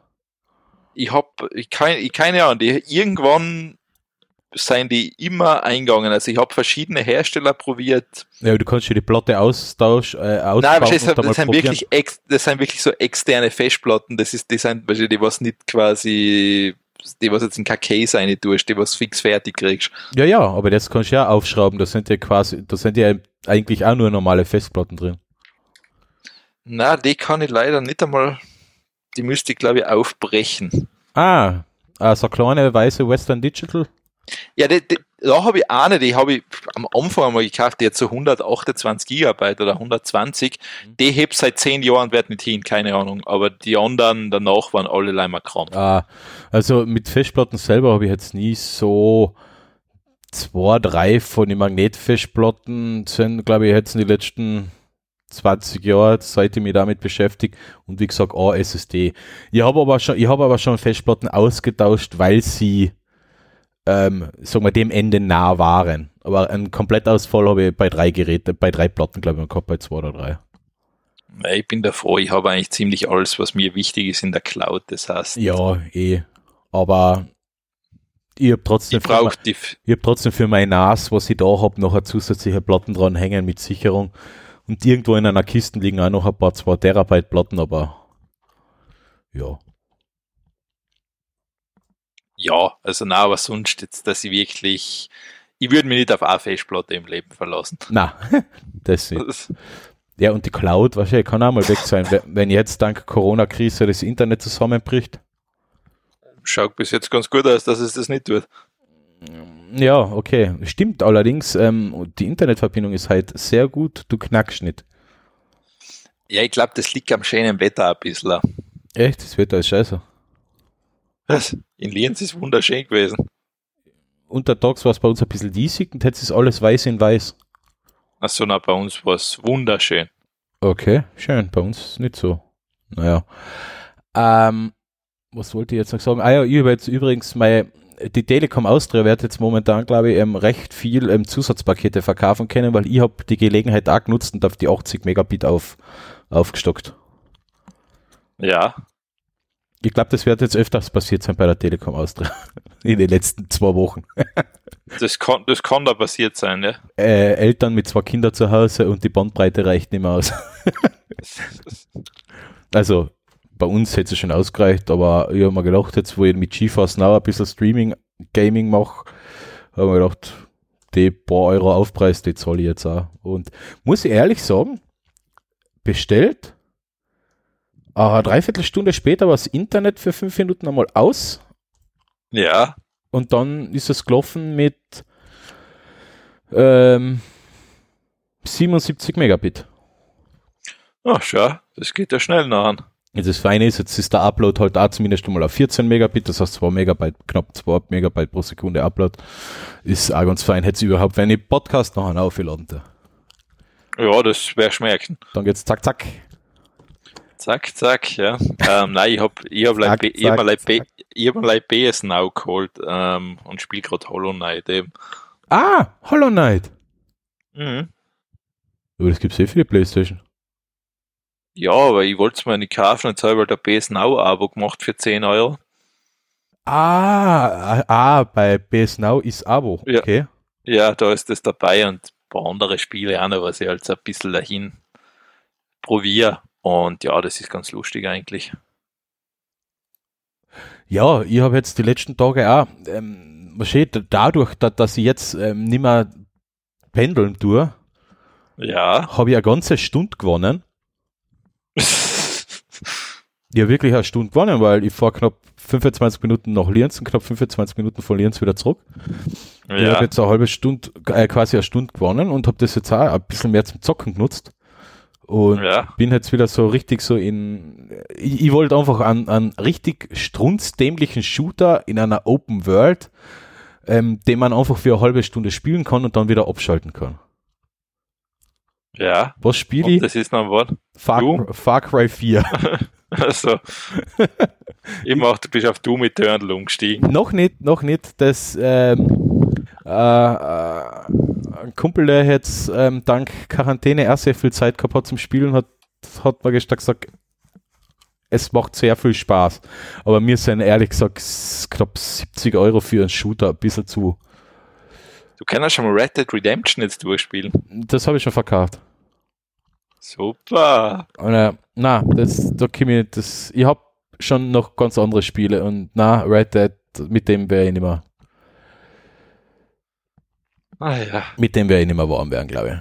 Speaker 2: Keine Ahnung, irgendwann sind die immer eingegangen. Also ich habe verschiedene Hersteller probiert.
Speaker 1: Ja, du kannst ja die Platte austauschen.
Speaker 2: Nein, das sind wirklich so externe Festplatten. Die sind die was nicht quasi, die was jetzt in kein Case rein tust, die was fix fertig kriegst.
Speaker 1: Ja, aber das kannst du ja aufschrauben. Da sind ja eigentlich auch nur normale Festplatten drin.
Speaker 2: Na, die kann ich leider nicht einmal, die müsste ich glaube ich aufbrechen.
Speaker 1: So eine kleine weiße Western Digital?
Speaker 2: Ja, da habe ich eine, die habe ich am Anfang einmal gekauft, die hat so 128 Gigabyte oder 120. Die hebt seit 10 Jahren und wird nicht hin, keine Ahnung. Aber die anderen danach waren alle leider krank.
Speaker 1: Also mit Festplatten selber habe ich jetzt nie so 2, 3 von den Magnetfestplatten sind, glaube ich, jetzt in die letzten 20 Jahre, seit ich mich damit beschäftige, und wie gesagt, SSD. Ich habe aber schon Festplatten ausgetauscht, weil sie sagen wir, dem Ende nah waren. Aber einen Komplettausfall habe ich bei 3 Platten, glaube ich, gehabt, bei 2 oder 3.
Speaker 2: Ich bin da froh, ich habe eigentlich ziemlich alles, was mir wichtig ist in der Cloud, das heißt.
Speaker 1: Ja, aber ich habe trotzdem für mein NAS, was ich da habe, noch eine zusätzliche Platten dran hängen mit Sicherung. Und irgendwo in einer Kiste liegen auch noch ein paar 2 Terabyte Platten, aber ja.
Speaker 2: Ja, also nein, aber sonst jetzt, dass ich würde mich nicht auf eine Festplatte im Leben verlassen.
Speaker 1: Nein, das nicht. Ja, und die Cloud wahrscheinlich kann auch mal weg sein, wenn jetzt dank Corona-Krise das Internet zusammenbricht.
Speaker 2: Schaut bis jetzt ganz gut aus, dass es das nicht tut.
Speaker 1: Ja, okay. Stimmt allerdings, die Internetverbindung ist halt sehr gut, du knackst nicht.
Speaker 2: Ja, ich glaube, das liegt am schönen Wetter ein bisschen.
Speaker 1: Echt? Das Wetter ist scheiße.
Speaker 2: Was? In Lienz ist wunderschön gewesen.
Speaker 1: Untertags war es bei uns ein bisschen diesig und jetzt ist alles weiß in weiß.
Speaker 2: Achso, na, bei uns war es wunderschön.
Speaker 1: Okay, schön. Bei uns nicht so. Naja. Was wollte ich jetzt noch sagen? Ja, ich habe jetzt übrigens die Telekom Austria wird jetzt momentan, glaube ich, recht viel Zusatzpakete verkaufen können, weil ich habe die Gelegenheit auch genutzt und auf die 80 Megabit aufgestockt.
Speaker 2: Ja.
Speaker 1: Ich glaube, das wird jetzt öfters passiert sein bei der Telekom Austria in den letzten 2 Wochen.
Speaker 2: Das kann da passiert sein, ja.
Speaker 1: Eltern mit 2 Kindern zu Hause und die Bandbreite reicht nicht mehr aus. Also, bei uns hätte es schon ausgereicht, aber ich habe mir gedacht, jetzt wo ich mit GeForce Now ein bisschen Streaming-Gaming mache, habe ich mir gedacht, die paar Euro Aufpreis, die zahle ich jetzt auch. Und muss ich ehrlich sagen, bestellt, eine Dreiviertelstunde später war das Internet für 5 Minuten einmal aus.
Speaker 2: Ja.
Speaker 1: Und dann ist es gelaufen mit 77 Megabit.
Speaker 2: Ach, schau, das geht ja schnell nachher.
Speaker 1: Das Feine ist, jetzt ist der Upload halt auch zumindest einmal auf 14 Megabit, das heißt knapp 2 Megabyte pro Sekunde Upload. Ist auch ganz fein, hätte es überhaupt, wenn ich Podcast nachher aufgeladen.
Speaker 2: Ja, das wäre schmecken.
Speaker 1: Dann geht's zack, zack.
Speaker 2: Zack, zack, ja. Nein, ich hab mal PS Now geholt und spiele gerade Hollow Knight eben.
Speaker 1: Hollow Knight.
Speaker 2: Mhm.
Speaker 1: Aber das gibt's für die Playstation.
Speaker 2: Ja, aber ich wollte es mir nicht kaufen, jetzt habe ich halt ein PS Now Abo gemacht für 10 Euro.
Speaker 1: Bei PS Now ist Abo, okay.
Speaker 2: Ja, da ist das dabei und ein paar andere Spiele auch noch, was ich halt so ein bisschen dahin probiere. Und ja, das ist ganz lustig eigentlich.
Speaker 1: Ja, ich habe jetzt die letzten Tage auch, dadurch, dass ich jetzt nicht mehr pendeln tue, habe ich eine ganze Stunde gewonnen. Ich habe wirklich eine Stunde gewonnen, weil ich fahre knapp 25 Minuten nach Lienz und knapp 25 Minuten von Lienz wieder zurück. Ja. Ich habe jetzt eine halbe Stunde, quasi eine Stunde gewonnen und habe das jetzt auch ein bisschen mehr zum Zocken genutzt. Und bin jetzt wieder so richtig so ich wollte einfach einen richtig strunzdämlichen Shooter in einer Open World, den man einfach für eine halbe Stunde spielen kann und dann wieder abschalten kann.
Speaker 2: Ja.
Speaker 1: Was spiele ich?
Speaker 2: Das ist noch ein Wort.
Speaker 1: Far Cry 4.
Speaker 2: Also, du bist auf Doom Eternal umgestiegen.
Speaker 1: Noch nicht. Das ein Kumpel, der jetzt dank Quarantäne auch sehr viel Zeit gehabt hat zum Spielen, hat mir gestern gesagt, es macht sehr viel Spaß. Aber mir sind ehrlich gesagt knapp 70 Euro für einen Shooter ein bisschen zu.
Speaker 2: Du kannst schon mal Red Dead Redemption jetzt durchspielen.
Speaker 1: Das habe ich schon verkauft.
Speaker 2: Super.
Speaker 1: Und, ich habe schon noch ganz andere Spiele und Red Dead, mit dem wäre ich nicht mehr. Mit dem wäre ich nicht mehr warm werden, glaube ich.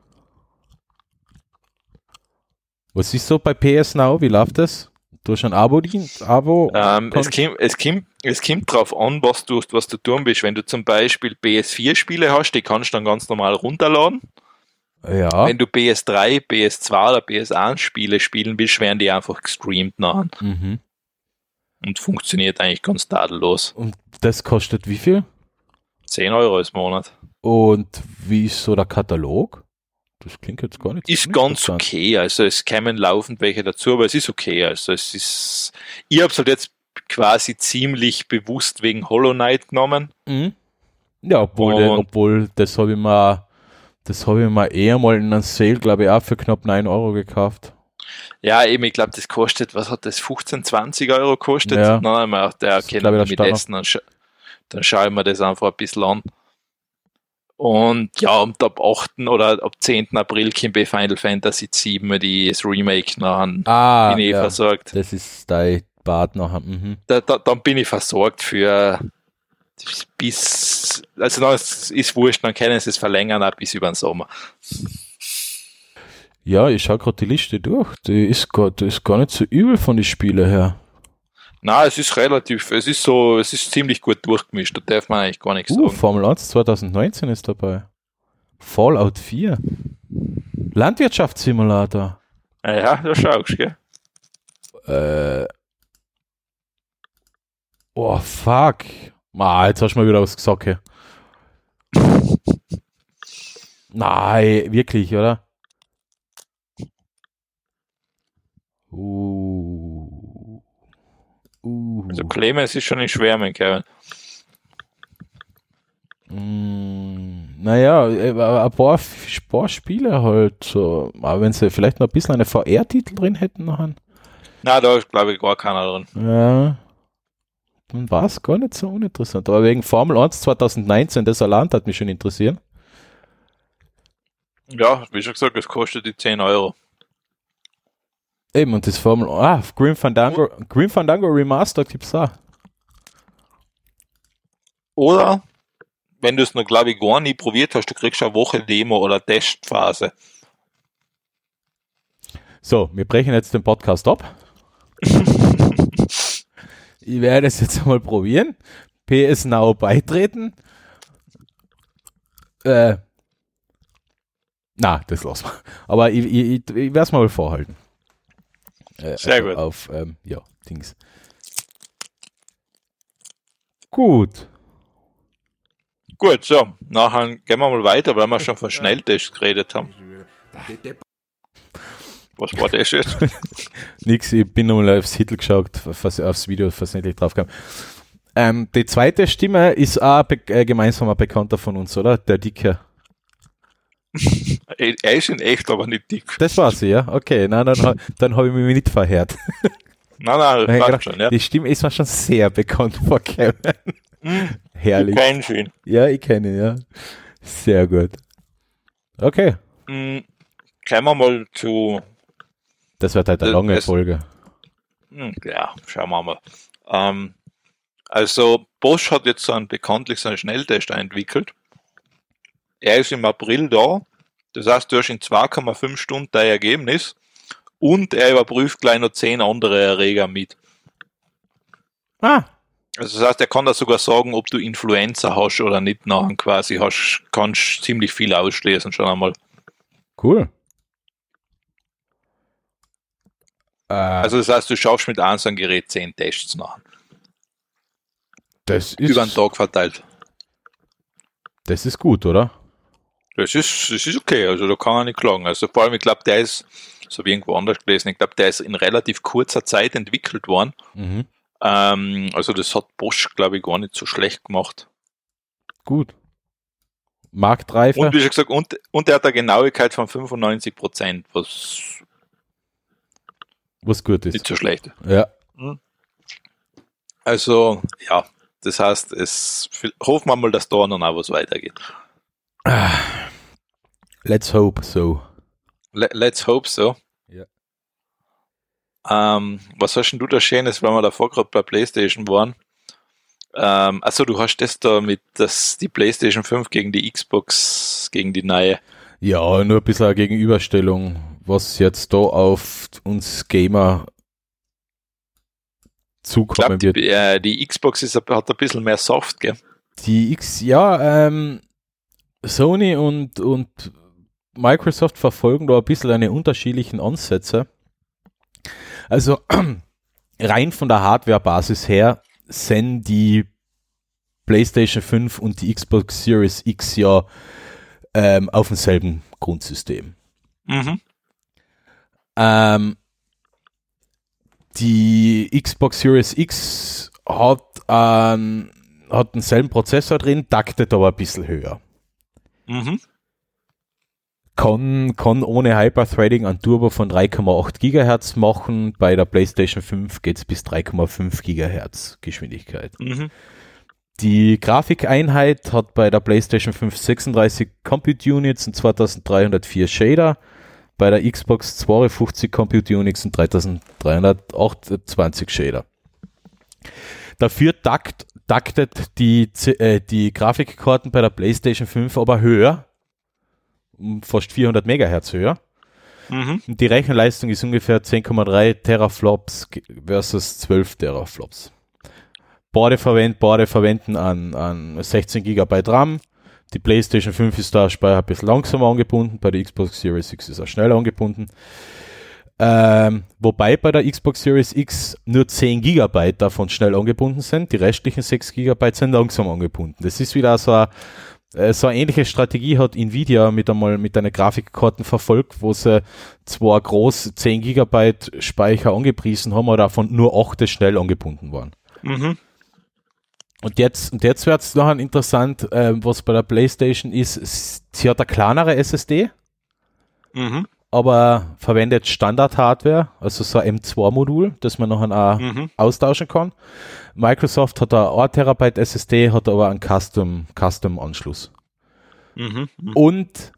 Speaker 1: Was ist so bei PS Now? Wie läuft das? Du hast ein Abo-Dienst?
Speaker 2: Es kommt drauf an, was du tun willst. Wenn du zum Beispiel PS4-Spiele hast, die kannst du dann ganz normal runterladen.
Speaker 1: Ja.
Speaker 2: Wenn du PS3, PS2 oder PS1-Spiele spielen willst, werden die einfach gestreamt nachher.
Speaker 1: Mhm.
Speaker 2: Und funktioniert eigentlich ganz tadellos.
Speaker 1: Und das kostet wie viel?
Speaker 2: 10 Euro im Monat.
Speaker 1: Und wie ist so der Katalog? Das klingt jetzt gar nicht so.
Speaker 2: Ist ganz okay, also es kämen laufend welche dazu, aber es ist okay. Also ich habe es halt jetzt quasi ziemlich bewusst wegen Hollow Knight genommen.
Speaker 1: Mhm. Ja, obwohl das habe ich mir eher mal in einem Sale, glaube ich, auch für knapp 9 Euro gekauft.
Speaker 2: Ja, eben, ich glaube, das kostet, was hat das, 15, 20 Euro kostet?
Speaker 1: Ja.
Speaker 2: Dann haben wir auch, der kennt mit Essen, dann schauen wir das einfach ein bisschen an. Und ja, und ab 8. oder ab 10. April kommt bei Final Fantasy 7 das Remake nachher. Bin ich versorgt.
Speaker 1: Das ist dein Bad nachher. Mhm.
Speaker 2: Dann bin ich versorgt für also dann ist wurscht, dann können sie es verlängern auch bis über den Sommer.
Speaker 1: Ja, ich schaue gerade die Liste durch. Die ist gar nicht so übel von den Spielen her.
Speaker 2: Nein, es ist ziemlich gut durchgemischt, da darf man eigentlich gar nichts sagen.
Speaker 1: Formel 1 2019 ist dabei. Fallout 4. Landwirtschaftssimulator.
Speaker 2: Ja, da schaust du, gell?
Speaker 1: Oh, fuck. Jetzt hast du mal wieder was gesagt, hey. Nein, wirklich, oder?
Speaker 2: Also Clemens ist schon in Schwärmen, Kevin.
Speaker 1: Naja, ein paar Spiele halt so. Aber wenn sie vielleicht noch ein bisschen eine VR-Titel drin hätten nachher.
Speaker 2: Na, da ist glaube ich gar keiner drin.
Speaker 1: Ja. Dann war es gar nicht so uninteressant. Aber wegen Formel 1 2019, das allein hat mich schon interessiert.
Speaker 2: Ja, wie schon gesagt, es kostet die 10 Euro.
Speaker 1: Eben, und das Formel... Grim Fandango Remastered gibt's da.
Speaker 2: Oder, wenn du es noch, glaube ich, gar nie probiert hast, du kriegst eine Woche Demo oder Testphase.
Speaker 1: So, wir brechen jetzt den Podcast ab. Ich werde es jetzt mal probieren. PS Now beitreten. Das lassen wir. Aber ich werde es mal vorhalten.
Speaker 2: Sehr gut.
Speaker 1: Auf, Dings. Gut,
Speaker 2: so. Nachher gehen wir mal weiter, weil wir schon von Schnelltests geredet haben. Was war das jetzt?
Speaker 1: Nix, ich bin nochmal aufs Titel geschaut, aufs Video versehentlich drauf kam. Die zweite Stimme ist auch gemeinsamer Bekannter von uns, oder? Der Dicke.
Speaker 2: er ist in echt aber nicht dick.
Speaker 1: Das war sie, ja? Okay, nein, dann habe ich mich nicht verhört.
Speaker 2: Nein, das passt schon, ja.
Speaker 1: Die Stimme ist mir schon sehr bekannt vor Kevin. Herrlich.
Speaker 2: Ich kenn ihn.
Speaker 1: Ja, ich kenne ihn, ja. Sehr gut. Okay.
Speaker 2: Kommen wir mal zu...
Speaker 1: Das wird halt eine lange Folge.
Speaker 2: Ja, schauen wir mal. Also Bosch hat jetzt bekanntlich so einen Schnelltester entwickelt. Er ist im April da. Das heißt, du hast in 2,5 Stunden dein Ergebnis und er überprüft gleich noch 10 andere Erreger mit.
Speaker 1: Ah.
Speaker 2: Also das heißt, er kann da sogar sagen, ob du Influenza hast oder nicht nachher quasi hast, kannst ziemlich viel ausschließen schon einmal.
Speaker 1: Cool.
Speaker 2: Also das heißt, du schaffst mit einem so einem Gerät 10 Tests nach.
Speaker 1: Das ist
Speaker 2: über den Tag verteilt.
Speaker 1: Das ist gut, oder?
Speaker 2: Das ist okay, also da kann man nicht klagen. Also vor allem, ich glaube, der ist, so wie irgendwo anders gelesen, ich glaube, der ist in relativ kurzer Zeit entwickelt worden.
Speaker 1: Mhm.
Speaker 2: Also das hat Bosch, glaube ich, gar nicht so schlecht gemacht.
Speaker 1: Gut. Marktreife.
Speaker 2: Und wie schon gesagt, und der hat eine Genauigkeit von 95%, was
Speaker 1: gut ist.
Speaker 2: Nicht so schlecht.
Speaker 1: Ja.
Speaker 2: Also, ja, das heißt, hoffen wir mal, dass da noch was weitergeht.
Speaker 1: Let's hope so.
Speaker 2: Let's hope so.
Speaker 1: Ja.
Speaker 2: Was hast denn du da Schönes, weil wir davor gerade bei PlayStation waren? Also du hast das da mit die PlayStation 5 gegen die Xbox, gegen die neue.
Speaker 1: Ja, nur ein bisschen eine Gegenüberstellung, was jetzt da auf uns Gamer zukommen wird.
Speaker 2: Die Xbox hat ein bisschen mehr Soft, gell?
Speaker 1: Sony und Microsoft verfolgen da ein bisschen eine unterschiedlichen Ansätze. Also rein von der Hardware-Basis her sind die PlayStation 5 und die Xbox Series X ja auf demselben Grundsystem.
Speaker 2: Mhm.
Speaker 1: Die Xbox Series X hat denselben Prozessor drin, taktet aber ein bisschen höher.
Speaker 2: Mhm.
Speaker 1: Kann ohne Hyperthreading ein Turbo von 3,8 GHz machen. Bei der PlayStation 5 geht es bis 3,5 GHz Geschwindigkeit.
Speaker 2: Mhm.
Speaker 1: Die Grafikeinheit hat bei der PlayStation 5 36 Compute Units und 2304 Shader. Bei der Xbox 52 Compute Units und 3328 Shader. Dafür taktet die Grafikkarten bei der PlayStation 5 aber höher, um fast 400 MHz höher.
Speaker 2: Mhm.
Speaker 1: Und die Rechenleistung ist ungefähr 10,3 Teraflops versus 12 Teraflops. Beide verwenden an 16 GB RAM. Die PlayStation 5 ist da Speicher ein bisschen langsamer angebunden, bei der Xbox Series X ist er schneller angebunden. Wobei bei der Xbox Series X nur 10 GB davon schnell angebunden sind, die restlichen 6 GB sind langsam angebunden. Das ist wieder so eine ähnliche Strategie hat Nvidia mit einer Grafikkarten verfolgt, wo sie zwar groß 10 GB Speicher angepriesen haben, aber davon nur 8 schnell angebunden waren.
Speaker 2: Mhm.
Speaker 1: Und jetzt wird es noch interessant, was bei der PlayStation ist, sie hat eine kleinere SSD, aber verwendet Standard-Hardware, also so ein M2-Modul, das man nachher auch austauschen kann. Microsoft hat eine 1 TB SSD, hat aber einen Custom-Anschluss. Und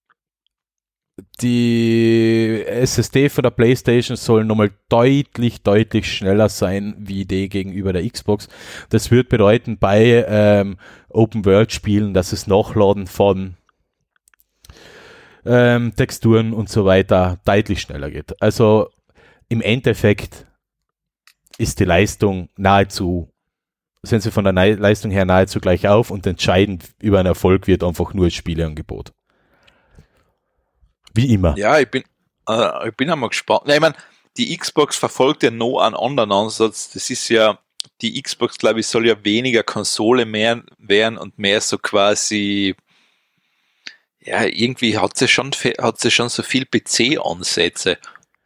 Speaker 1: die SSD von der PlayStation soll nochmal deutlich schneller sein wie die gegenüber der Xbox. Das wird bedeuten bei Open-World-Spielen, dass das Nachladen von Texturen und so weiter deutlich schneller geht. Also im Endeffekt ist die Leistung sind sie von der Leistung her nahezu gleich auf und entscheidend über einen Erfolg wird einfach nur das Spieleangebot. Wie immer.
Speaker 2: Ja, ich bin einmal gespannt. Ja, ich meine, die Xbox verfolgt ja noch einen anderen Ansatz. Das ist ja, die Xbox, glaube ich, soll ja weniger Konsole mehr werden und mehr so quasi, ja, irgendwie hat sie schon so viel PC-Ansätze.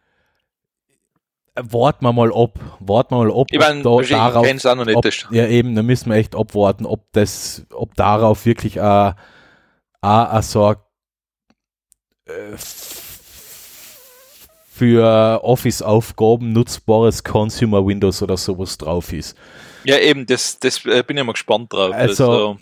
Speaker 1: Warten wir mal ab.
Speaker 2: Ich meine, ich kenne es auch noch nicht.
Speaker 1: Ja, eben, da müssen wir echt abwarten, ob darauf wirklich so für Office-Aufgaben nutzbares Consumer Windows oder sowas drauf ist.
Speaker 2: Ja, eben, das bin ich mal gespannt drauf.
Speaker 1: Also,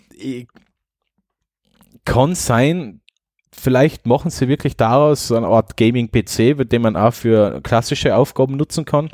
Speaker 1: kann sein, vielleicht machen sie wirklich daraus so eine Art Gaming-PC, den man auch für klassische Aufgaben nutzen kann.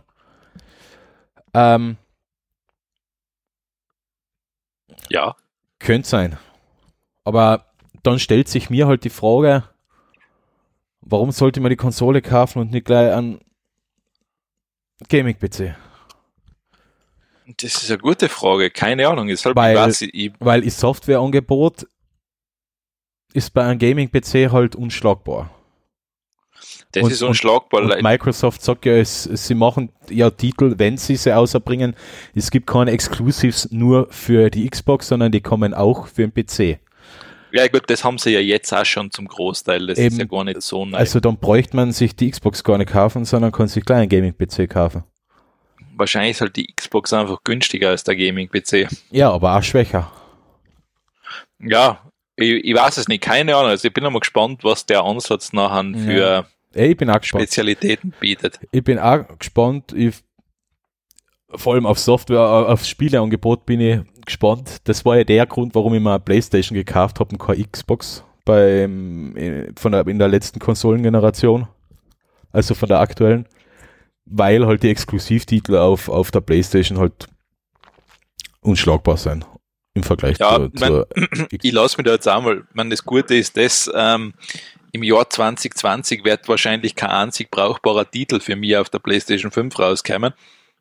Speaker 2: Ja.
Speaker 1: Könnte sein. Aber dann stellt sich mir halt die Frage, warum sollte man die Konsole kaufen und nicht gleich einen Gaming-PC?
Speaker 2: Das ist eine gute Frage. Keine Ahnung.
Speaker 1: Weil das Softwareangebot ist bei einem Gaming-PC halt unschlagbar.
Speaker 2: Das ist unschlagbar.
Speaker 1: Und Microsoft sagt ja, sie machen ja Titel, wenn sie ausbringen. Es gibt keine Exclusives nur für die Xbox, sondern die kommen auch für den PC.
Speaker 2: Ja gut, das haben sie ja jetzt auch schon zum Großteil. Das ist ja gar nicht so neu.
Speaker 1: Also dann bräuchte man sich die Xbox gar nicht kaufen, sondern kann sich gleich einen Gaming-PC kaufen.
Speaker 2: Wahrscheinlich ist halt die Xbox einfach günstiger als der Gaming-PC.
Speaker 1: Ja, aber auch schwächer.
Speaker 2: Ja, ich weiß es nicht, keine Ahnung. Also ich bin einmal gespannt, was der Ansatz nachher für Spezialitäten bietet.
Speaker 1: Ich bin auch gespannt. Vor allem auf Software, aufs Spieleangebot bin ich gespannt. Das war ja der Grund, warum ich mir eine Playstation gekauft habe und keine Xbox in der letzten Konsolengeneration. Also von der aktuellen. Weil halt die Exklusivtitel auf der Playstation halt unschlagbar sind. Im Vergleich zu
Speaker 2: ich lasse mich da jetzt einmal, das Gute ist, dass im Jahr 2020 wird wahrscheinlich kein einzig brauchbarer Titel für mich auf der PlayStation 5 rauskommen.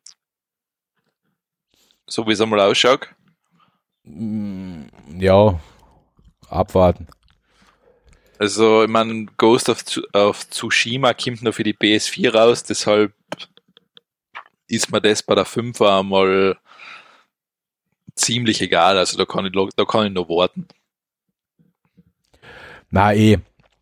Speaker 2: So wie es einmal ausschaut.
Speaker 1: Ja, abwarten.
Speaker 2: Also, ich meine, Ghost of Tsushima kommt noch für die PS4 raus, deshalb ist mir das bei der 5er einmal ziemlich egal. Also, da kann ich noch warten.
Speaker 1: Nein,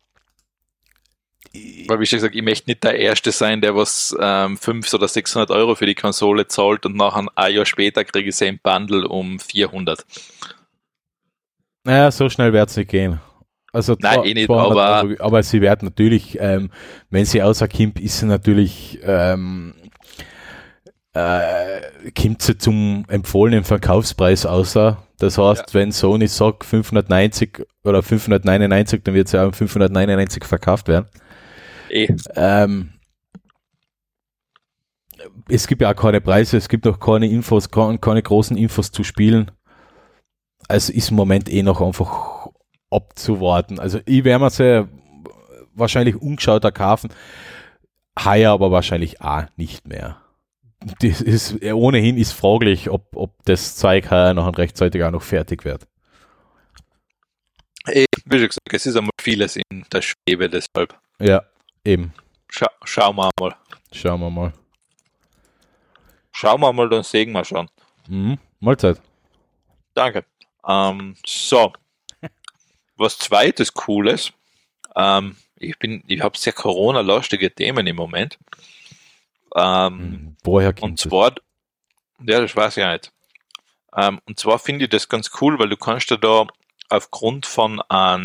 Speaker 2: Weil, wie schon gesagt, ich möchte nicht der Erste sein, der was 500 oder 600 Euro für die Konsole zahlt und nachher ein Jahr später kriege ich sie im Bundle um 400.
Speaker 1: Naja, so schnell wird es nicht gehen. Also
Speaker 2: nein, nicht, aber
Speaker 1: sie wird natürlich, wenn sie rauskommt, ist sie natürlich, kommt sie zum empfohlenen Verkaufspreis außer. Das heißt, wenn Sony sagt 590 oder 599, dann wird sie auch um 599 verkauft werden. Es gibt ja auch keine Preise, es gibt auch keine Infos, keine großen Infos zu spielen. Also ist im Moment noch einfach abzuwarten. Also ich werde mir sie wahrscheinlich ungeschauter kaufen, heuer aber wahrscheinlich auch nicht mehr. Das ist, ohnehin ist fraglich, ob das Zeug heuer noch rechtzeitig auch noch fertig wird.
Speaker 2: Wie schon gesagt, es ist einmal vieles in der Schwebe, deshalb.
Speaker 1: Ja, eben.
Speaker 2: Schauen wir mal.
Speaker 1: Schauen wir
Speaker 2: mal, dann sehen wir schon.
Speaker 1: Mahlzeit.
Speaker 2: Danke. So. Was zweites Cooles. Ich habe sehr Corona-lastige Themen im Moment.
Speaker 1: Woher kommt
Speaker 2: und zwar, das weiß ich nicht. Und zwar finde ich das ganz cool, weil du kannst da aufgrund von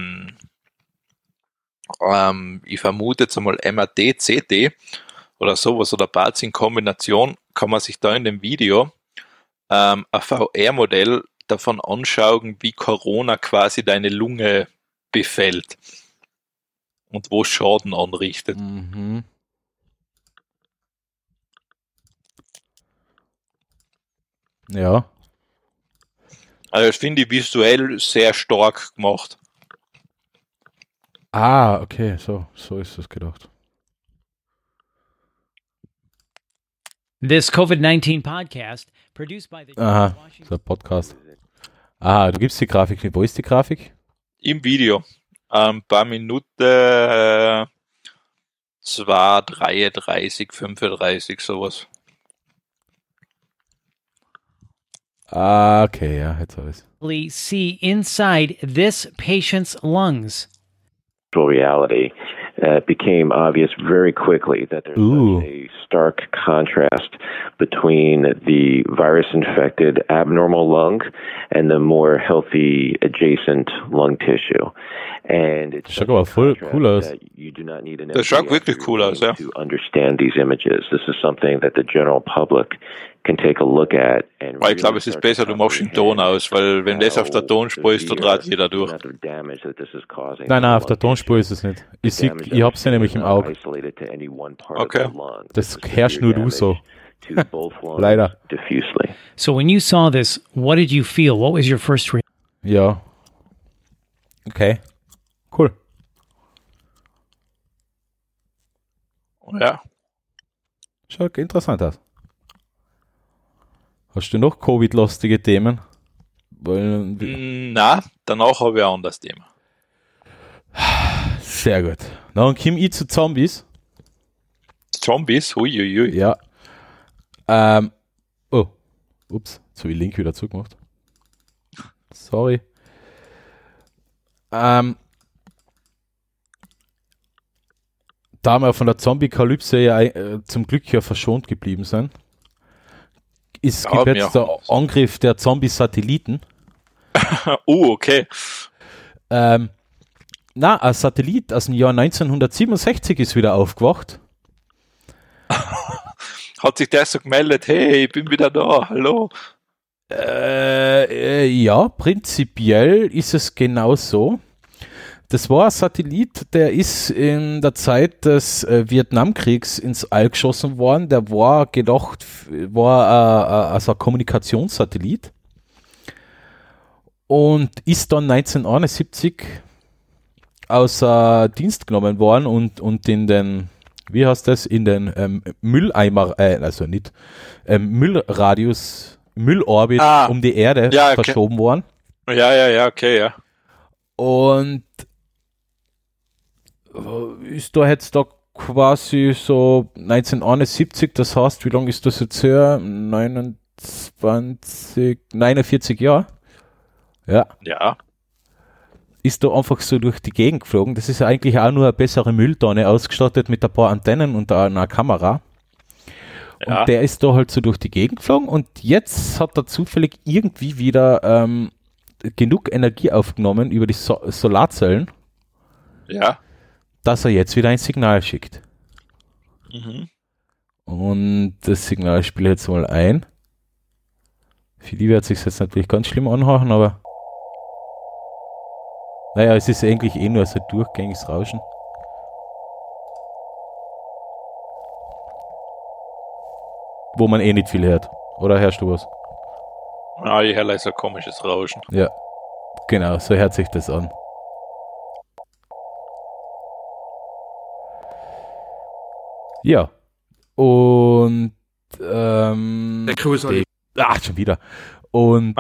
Speaker 2: ich vermute jetzt einmal MRT, CT oder sowas oder beides in Kombination, kann man sich da in dem Video ein VR-Modell davon anschauen, wie Corona quasi deine Lunge befällt und wo Schaden anrichtet.
Speaker 1: Ja.
Speaker 2: Also das finde ich visuell sehr stark gemacht.
Speaker 1: Okay, so ist das gedacht.
Speaker 5: This COVID-19 podcast produced by the
Speaker 1: so Podcast. Du gibst die Grafik nicht. Wo ist die Grafik?
Speaker 2: Im Video. Bei Minute 2:33, 35, sowas.
Speaker 1: Okay, ja, jetzt habe ich es.
Speaker 5: See inside this patient's lungs.
Speaker 6: Reality became obvious very quickly that there's a stark contrast between the virus-infected abnormal lung and the more healthy adjacent lung tissue. And it's
Speaker 1: schaut aber voll cool aus.
Speaker 6: You do
Speaker 2: Das schaut wirklich cool aus, ja.
Speaker 6: To understand these images. This is something that the general public can take a look at.
Speaker 2: Weil ich glaube, es ist besser, du machst den Ton aus, weil wenn das auf der Tonspur ist, da dreht jeder durch.
Speaker 1: Nein, auf der Tonspur ist es nicht. Ich hab's ja nämlich im Auge.
Speaker 2: Okay.
Speaker 1: Das herrscht nur du so. Leider.
Speaker 5: So when you saw this, what did you feel? What was your first reaction?
Speaker 1: Ja. Okay. Cool.
Speaker 2: Ja.
Speaker 1: Schaut interessant aus. Hast du noch Covid-lastige Themen?
Speaker 2: Na, danach habe ich ein anderes Thema.
Speaker 1: Sehr gut. Dann komme ich zu Zombies.
Speaker 2: Zombies? Uiuiui.
Speaker 1: Ja. Ups, jetzt habe ich Link wieder zugemacht. Sorry. Da wir von der Zombie-Kalypse ja zum Glück ja verschont geblieben sind, gibt jetzt der Angriff der Zombie-Satelliten.
Speaker 2: Okay.
Speaker 1: Ein Satellit aus dem Jahr 1967 ist wieder aufgewacht.
Speaker 2: Hat sich der so gemeldet, hey, ich bin wieder da, hallo?
Speaker 1: Ja, prinzipiell ist es genau so. Das war ein Satellit, der ist in der Zeit des Vietnamkriegs ins All geschossen worden. Der war gedacht, also ein Kommunikationssatellit und ist dann 1971 außer Dienst genommen worden und in den, wie heißt das, in den Mülleimer, also nicht, Müllradius, Müllorbit um die Erde verschoben worden.
Speaker 2: Ja, okay, ja.
Speaker 1: Und ist da jetzt da quasi so 1971, das heißt, wie lange ist das jetzt her? 49 Jahre? Ja.
Speaker 2: Ja.
Speaker 1: Ist da einfach so durch die Gegend geflogen. Das ist ja eigentlich auch nur eine bessere Mülltonne, ausgestattet mit ein paar Antennen und einer Kamera. Ja. Und der ist da halt so durch die Gegend geflogen und jetzt hat er zufällig irgendwie wieder genug Energie aufgenommen über die Solarzellen, dass er jetzt wieder ein Signal schickt.
Speaker 2: Mhm.
Speaker 1: Und das Signal spiele ich jetzt mal ein. Für die wird es sich jetzt natürlich ganz schlimm anhören, aber naja, es ist eigentlich nur so ein durchgängiges Rauschen. Wo man nicht viel hört. Oder hörst du was?
Speaker 2: Ah, ich höre leider ein komisches Rauschen.
Speaker 1: Ja, genau, so hört sich das an. Ja, und
Speaker 4: der Cruise
Speaker 1: schon wieder. Und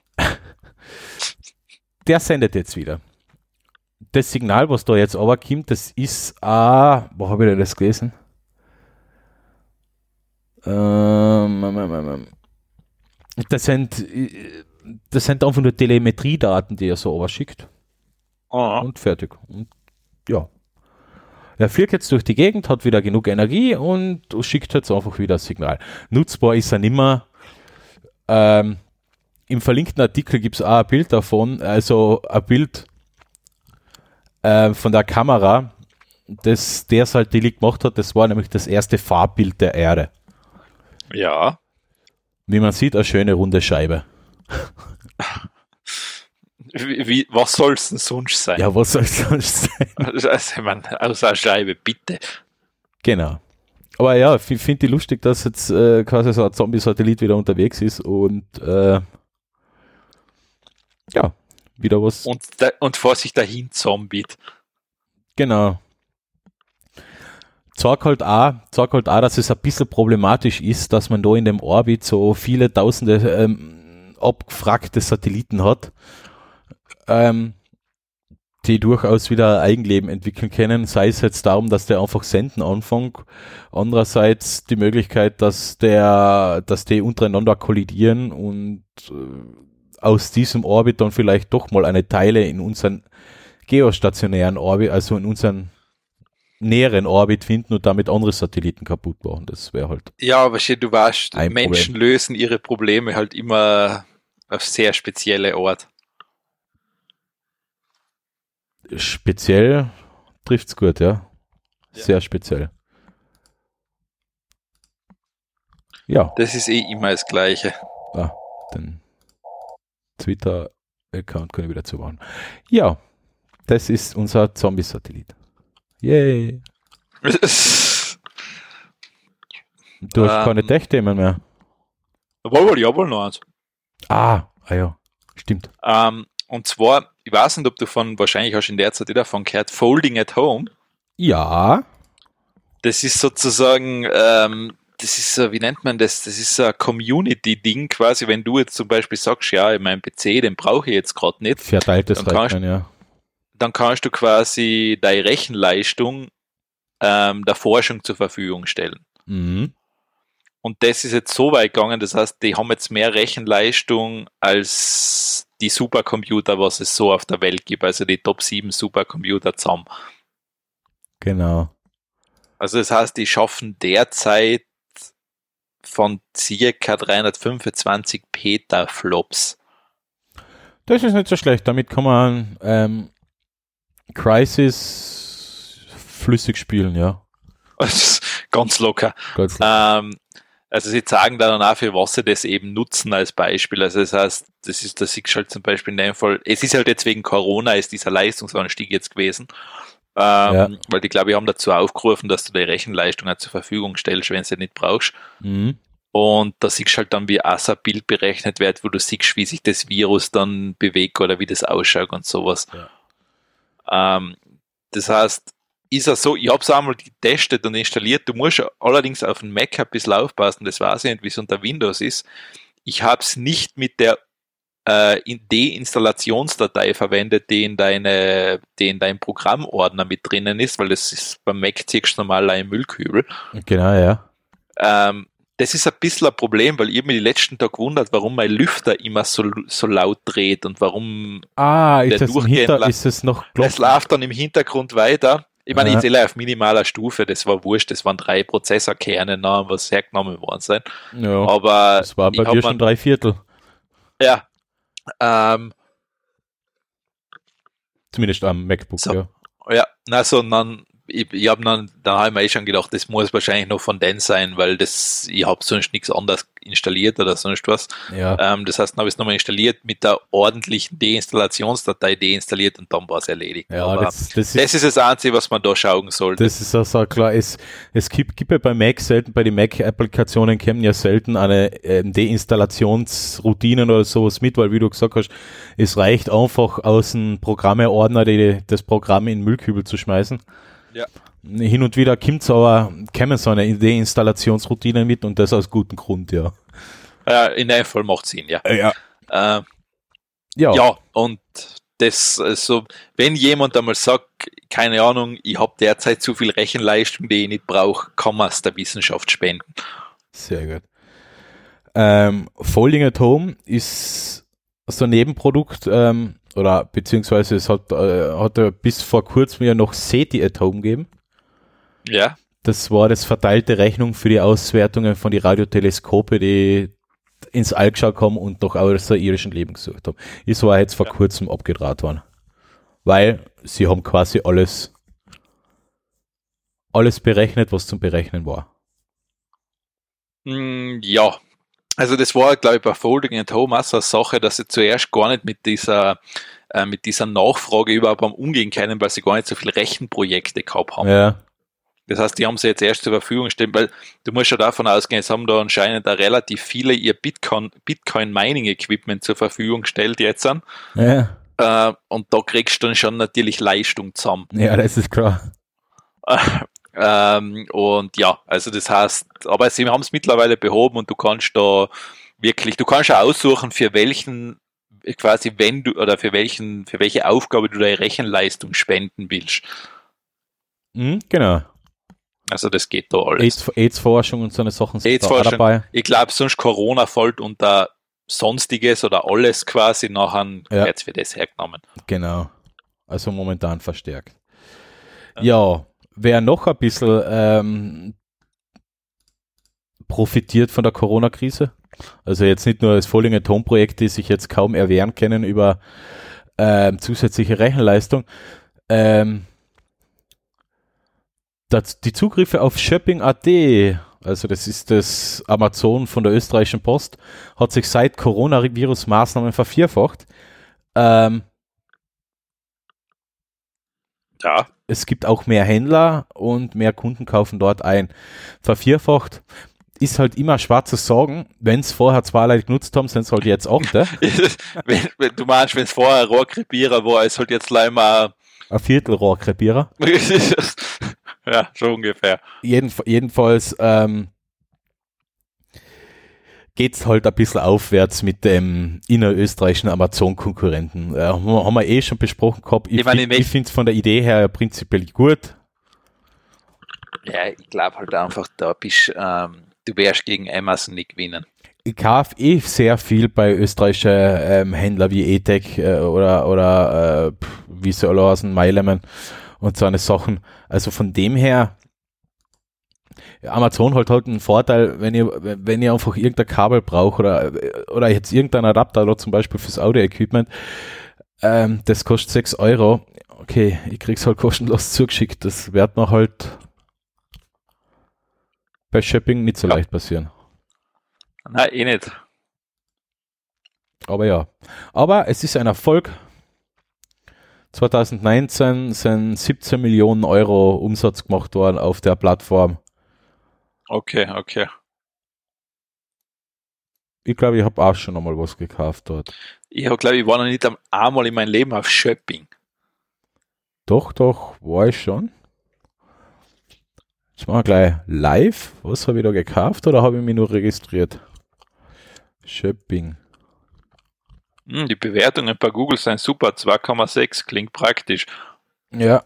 Speaker 1: der sendet jetzt wieder. Das Signal, was da jetzt aber kommt, das ist wo habe ich denn das gelesen? Das sind einfach nur Telemetriedaten, die er so überschickt. Und fertig. Und ja. Er fliegt jetzt durch die Gegend, hat wieder genug Energie und schickt jetzt einfach wieder das Signal. Nutzbar ist er nimmer. Im verlinkten Artikel gibt es auch ein Bild davon, also ein Bild von der Kamera, das der Satellit gemacht hat. Das war nämlich das erste Farbbild der Erde.
Speaker 2: Ja.
Speaker 1: Wie man sieht, eine schöne runde Scheibe.
Speaker 2: Was soll es denn sonst sein?
Speaker 1: Ja, was soll es sonst sein?
Speaker 2: Also, ich meine, außer eine Scheibe, bitte.
Speaker 1: Genau. Aber ja, ich finde die lustig, dass jetzt quasi so ein Zombie-Satellit wieder unterwegs ist und ja, wieder was.
Speaker 2: Und vor sich dahin zombiet.
Speaker 1: Genau. Zeigt halt auch, dass es ein bisschen problematisch ist, dass man da in dem Orbit so viele tausende abgefragte Satelliten hat, die durchaus wieder ein Eigenleben entwickeln können, sei es jetzt darum, dass der einfach senden anfängt, andererseits die Möglichkeit, dass die untereinander kollidieren und aus diesem Orbit dann vielleicht doch mal eine Teile in unseren geostationären Orbit, also in unseren näheren Orbit finden und damit andere Satelliten kaputt machen. Das wäre halt.
Speaker 2: Ja, aber du weißt, Menschen lösen ihre Probleme halt immer auf sehr spezielle Ort.
Speaker 1: Speziell trifft's gut, ja. Sehr speziell. Ja.
Speaker 2: Das ist immer das Gleiche.
Speaker 1: Den Twitter-Account kann ich wieder zubauen. Ja, das ist unser Zombie-Satellit. Yay. Du hast keine Tech-Themen mehr.
Speaker 2: Jawohl, noch eins.
Speaker 1: Ja, stimmt.
Speaker 2: Und zwar, ich weiß nicht, ob du wahrscheinlich hast du in der Zeit davon gehört, Folding at Home.
Speaker 1: Ja.
Speaker 2: Das ist sozusagen, das ist so, wie nennt man das? Das ist so ein Community-Ding quasi, wenn du jetzt zum Beispiel sagst, ja, meinen PC, den brauche ich jetzt gerade nicht.
Speaker 1: Verteiltes Rechnen, ja.
Speaker 2: Dann kannst du quasi deine Rechenleistung der Forschung zur Verfügung stellen.
Speaker 1: Mhm.
Speaker 2: Und das ist jetzt so weit gegangen, das heißt, die haben jetzt mehr Rechenleistung als die Supercomputer, was es so auf der Welt gibt, also die Top 7 Supercomputer zusammen.
Speaker 1: Genau.
Speaker 2: Also das heißt, die schaffen derzeit von circa 325 Petaflops.
Speaker 1: Das ist nicht so schlecht, damit kann man Crysis flüssig spielen, ja.
Speaker 2: Ganz locker. Also sie zeigen da dann auch, für was sie das eben nutzen als Beispiel. Also das heißt, das siehst du halt zum Beispiel in dem Fall, es ist halt jetzt wegen Corona, ist dieser Leistungsanstieg jetzt gewesen, weil die, glaube ich, haben dazu aufgerufen, dass du die Rechenleistung halt zur Verfügung stellst, wenn du sie nicht brauchst.
Speaker 1: Mhm.
Speaker 2: Und da siehst du halt dann, wie ein Bild berechnet wird, wo du siehst, wie sich das Virus dann bewegt oder wie das ausschaut und sowas. Ja. Das heißt, ist ja so, ich habe es einmal getestet und installiert, du musst allerdings auf den Mac ein bisschen aufpassen, das weiß ich nicht, wie es unter Windows ist. Ich habe es nicht mit der Deinstallationsdatei verwendet, die in deinem Programmordner mit drinnen ist, weil das ist beim Mac ziehst du normal einen Müllkübel.
Speaker 1: Genau, ja.
Speaker 2: Das ist ein bisschen ein Problem, weil ich mir die letzten Tage gewundert, warum mein Lüfter immer so laut dreht und warum
Speaker 1: ist es noch
Speaker 2: es läuft dann im Hintergrund weiter. Ich meine, ich zähle auf minimaler Stufe, das war wurscht, das waren 3 Prozessorkerne, was hergenommen worden sind.
Speaker 1: Ja,
Speaker 2: aber
Speaker 1: das war bei dir schon 3/4.
Speaker 2: Ja.
Speaker 1: Zumindest am MacBook,
Speaker 2: so, ja. Dann habe ich mir schon gedacht, das muss wahrscheinlich noch von denen sein, weil ich habe sonst nichts anderes installiert oder sonst was.
Speaker 1: Ja.
Speaker 2: Das heißt, dann habe ich es nochmal installiert, mit der ordentlichen Deinstallationsdatei deinstalliert und dann war es erledigt.
Speaker 1: Ja,
Speaker 2: aber das ist das Einzige, was man da schauen sollte.
Speaker 1: Das ist also klar. Es gibt ja bei Mac selten, bei den Mac-Applikationen kämen ja selten eine Deinstallationsroutinen oder sowas mit, weil wie du gesagt hast, es reicht einfach aus dem Programmeordner das Programm in den Müllkübel zu schmeißen.
Speaker 2: Ja.
Speaker 1: Hin und wieder kämen so eine Deinstallationsroutine mit und das aus gutem Grund, ja.
Speaker 2: In dem Fall macht Sinn, ja.
Speaker 1: Ja,
Speaker 2: und das, also, wenn jemand einmal sagt, keine Ahnung, ich habe derzeit zu viel Rechenleistung, die ich nicht brauche, kann man es der Wissenschaft spenden.
Speaker 1: Sehr gut. Folding at Home ist so ein Nebenprodukt, oder beziehungsweise es hat bis vor kurzem ja noch SETI at Home gegeben.
Speaker 2: Ja.
Speaker 1: Das war das verteilte Rechnung für die Auswertungen von die Radioteleskope, die ins All geschaut haben und noch außerirdischen Leben gesucht haben. Das war jetzt vor kurzem abgedraht worden. Weil sie haben quasi alles berechnet, was zum Berechnen war.
Speaker 2: Ja. Also das war, glaube ich, bei Folding at Home auch so eine Sache, dass sie zuerst gar nicht mit dieser Nachfrage überhaupt am Umgehen können, weil sie gar nicht so viele Rechenprojekte gehabt haben.
Speaker 1: Ja.
Speaker 2: Das heißt, die haben sie jetzt erst zur Verfügung gestellt, weil du musst ja davon ausgehen, es haben da anscheinend da relativ viele ihr Bitcoin-Mining-Equipment zur Verfügung gestellt jetzt an.
Speaker 1: Ja.
Speaker 2: Und da kriegst du dann schon natürlich Leistung zusammen.
Speaker 1: Ja, das ist klar.
Speaker 2: Und ja, also das heißt, aber sie haben es mittlerweile behoben und du kannst da wirklich, du kannst ja aussuchen, für welchen, quasi wenn du, oder für welche Aufgabe du deine Rechenleistung spenden willst.
Speaker 1: Genau.
Speaker 2: Also das geht da alles.
Speaker 1: AIDS-Forschung und so eine Sachen
Speaker 2: sind da dabei. Ich glaube, sonst Corona fällt unter Sonstiges oder alles quasi nachher wird für das hergenommen.
Speaker 1: Genau. Also momentan verstärkt. Ja, wer noch ein bisschen profitiert von der Corona-Krise, also jetzt nicht nur das Folding at Home Projekt, die sich jetzt kaum erwehren können über zusätzliche Rechenleistung, die Zugriffe auf Shopping.at, also das ist das Amazon von der österreichischen Post, hat sich seit Coronavirus-Maßnahmen vervierfacht. Ja. Es gibt auch mehr Händler und mehr Kunden kaufen dort ein. Vervierfacht ist halt immer schwer zu sagen. Wenn es vorher 2 Leute genutzt haben, sind es halt jetzt 8.
Speaker 2: wenn du meinst, wenn es vorher ein Rohrkrepierer war, ist halt jetzt gleich mal
Speaker 1: ein Viertel Rohrkrepierer.
Speaker 2: Ja, so ungefähr.
Speaker 1: Jedenfalls geht es halt ein bisschen aufwärts mit dem innerösterreichischen Amazon-Konkurrenten. Haben wir schon besprochen gehabt. Ich finde es von der Idee her prinzipiell gut.
Speaker 2: Ja, ich glaube halt einfach, du wärst gegen Amazon nicht gewinnen.
Speaker 1: Ich kaufe sehr viel bei österreichischen Händlern wie E-Tech oder wie sie alle heißen, Meilemann und so eine Sachen. Also von dem her, Amazon hat halt einen Vorteil, wenn ihr einfach irgendein Kabel braucht oder jetzt irgendein Adapter oder zum Beispiel fürs Audio-Equipment, das kostet 6 Euro. Okay, ich krieg's halt kostenlos zugeschickt. Das wird mir halt bei Shopping nicht so leicht passieren.
Speaker 2: Nein, eh nicht.
Speaker 1: Aber ja. Aber es ist ein Erfolg. 2019 sind 17 Millionen Euro Umsatz gemacht worden auf der Plattform.
Speaker 2: Okay.
Speaker 1: Ich glaube, ich habe auch schon einmal was gekauft dort.
Speaker 2: Ich glaube, ich war noch nicht einmal in meinem Leben auf Shopping.
Speaker 1: Doch, war ich schon. Jetzt machen wir gleich live. Was habe ich da gekauft oder habe ich mich nur registriert? Shopping.
Speaker 2: Die Bewertungen bei Google sind super. 2,6 klingt praktisch.
Speaker 1: Ja.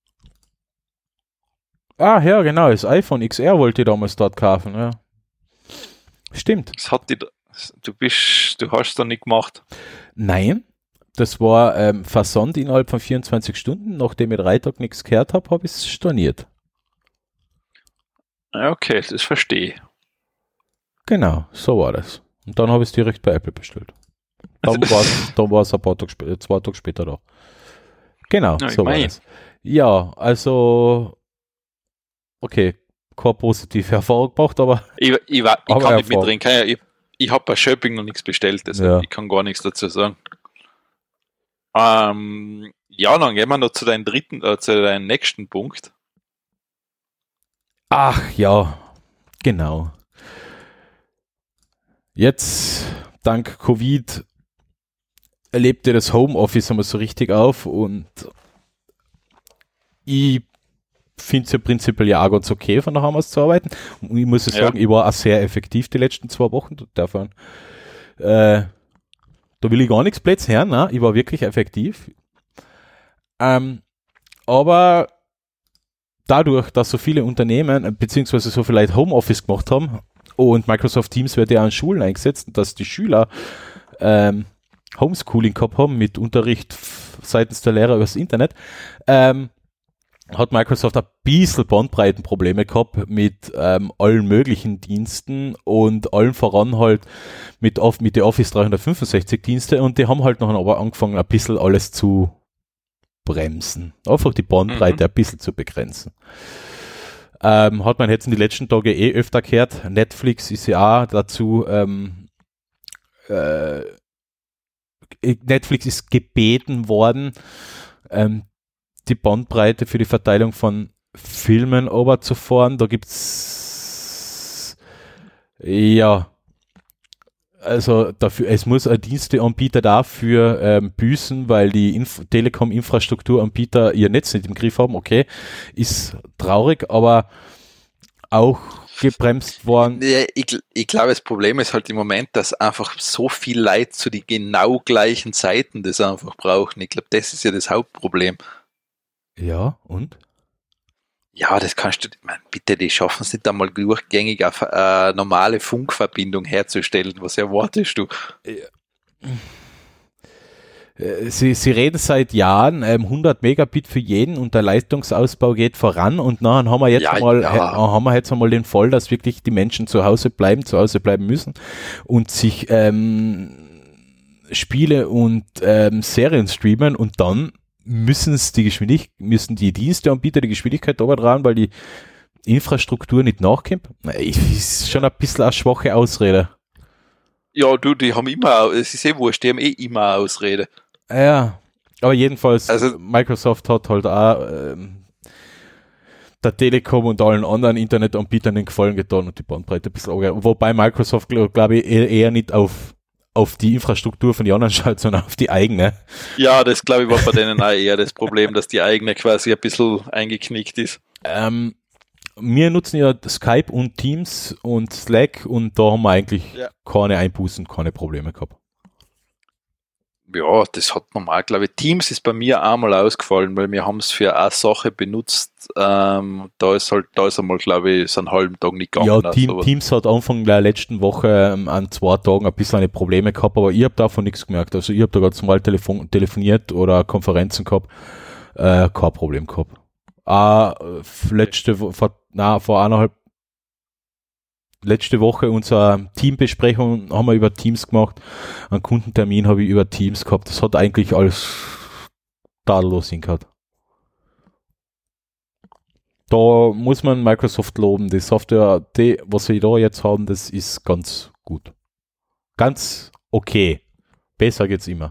Speaker 1: Ja, genau. Das iPhone XR wollte ich damals dort kaufen. Ja. Stimmt.
Speaker 2: Du hast es da nicht gemacht.
Speaker 1: Nein. Das war Versand innerhalb von 24 Stunden. Nachdem ich 3 Tage nichts gehört habe, habe ich es storniert.
Speaker 2: Okay, das verstehe ich.
Speaker 1: Genau, so war das. Und dann habe ich es direkt bei Apple bestellt. Dann war es 2 Tage später da. Genau, ja, so war es. Ja, also okay, keine positive Erfahrung gemacht, aber
Speaker 2: ich kann nicht mitreden. Ich habe bei Shopping noch nichts bestellt, deshalb ich kann gar nichts dazu sagen. Dann gehen wir noch zu deinem nächsten Punkt.
Speaker 1: Ach ja, genau. Jetzt, dank Covid, erlebte das Homeoffice einmal so richtig auf und ich finde es ja prinzipiell ja auch ganz okay, von daheim aus zu arbeiten. Und ich muss sagen, ich war auch sehr effektiv die letzten 2 Wochen davon. Da will ich gar nichts Plätze hören, ne? Ich war wirklich effektiv. Aber dadurch, dass so viele Unternehmen beziehungsweise so viele Leute Homeoffice gemacht haben und Microsoft Teams wird ja an Schulen eingesetzt, dass die Schüler Homeschooling gehabt haben mit Unterricht seitens der Lehrer übers Internet, hat Microsoft ein bisschen Bandbreitenprobleme gehabt mit allen möglichen Diensten und allen voran halt mit der Office 365 Dienste und die haben halt noch aber angefangen, ein bisschen alles zu bremsen. Einfach die Bandbreite ein bisschen zu begrenzen. Hat man jetzt in den letzten Tagen öfter gehört. Netflix ist ja auch dazu Netflix ist gebeten worden, die Bandbreite für die Verteilung von Filmen runterzufahren. Da gibt's also dafür, es muss ein Diensteanbieter dafür büßen, weil die Telekom-Infrastrukturanbieter ihr Netz nicht im Griff haben. Okay, ist traurig, aber auch gebremst worden.
Speaker 2: Ja, ich glaube, das Problem ist halt im Moment, dass einfach so viel Leute zu den genau gleichen Zeiten das einfach brauchen. Ich glaube, das ist ja das Hauptproblem.
Speaker 1: Ja, und?
Speaker 2: Ja, das kannst du, bitte, die schaffen es nicht einmal durchgängig auf eine normale Funkverbindung herzustellen. Was erwartest du?
Speaker 1: Sie reden seit Jahren 100 Megabit für jeden und der Leistungsausbau geht voran und dann haben wir jetzt einmal den Fall, dass wirklich die Menschen zu Hause bleiben müssen und sich Spiele und Serien streamen und dann müssen die Diensteanbieter die Geschwindigkeit da dran, weil die Infrastruktur nicht nachkommt? Ist schon ein bisschen eine schwache Ausrede.
Speaker 2: Ja, die haben immer, es ist wurscht, die haben immer eine Ausrede.
Speaker 1: Ja, aber jedenfalls, also, Microsoft hat halt auch der Telekom und allen anderen Internetanbietern den Gefallen getan und die Bandbreite ein bisschen angegangen. Wobei Microsoft, glaube ich, eher nicht auf die Infrastruktur von den anderen schaut, sondern auf die eigene.
Speaker 2: Ja, das glaube ich war bei denen auch eher das Problem, dass die eigene quasi ein bisschen eingeknickt ist.
Speaker 1: Wir nutzen ja Skype und Teams und Slack und da haben wir eigentlich keine Einbußen, keine Probleme gehabt.
Speaker 2: Ja, das hat normal, glaube ich. Teams ist bei mir einmal ausgefallen, weil wir haben es für eine Sache benutzt. Da ist einmal, glaube ich, so einen halben Tag nicht gegangen.
Speaker 1: Ja, Teams hat Anfang der letzten Woche an 2 Tagen ein bisschen eine Probleme gehabt, aber ich habe davon nichts gemerkt. Also ich habe da ganz normal telefoniert oder Konferenzen gehabt, kein Problem gehabt. Letzte Woche unsere Teambesprechung haben wir über Teams gemacht. Einen Kundentermin habe ich über Teams gehabt. Das hat eigentlich alles tadellos hingehört. Da muss man Microsoft loben. Die Software, was wir da jetzt haben, das ist ganz gut. Ganz okay. Besser geht's immer.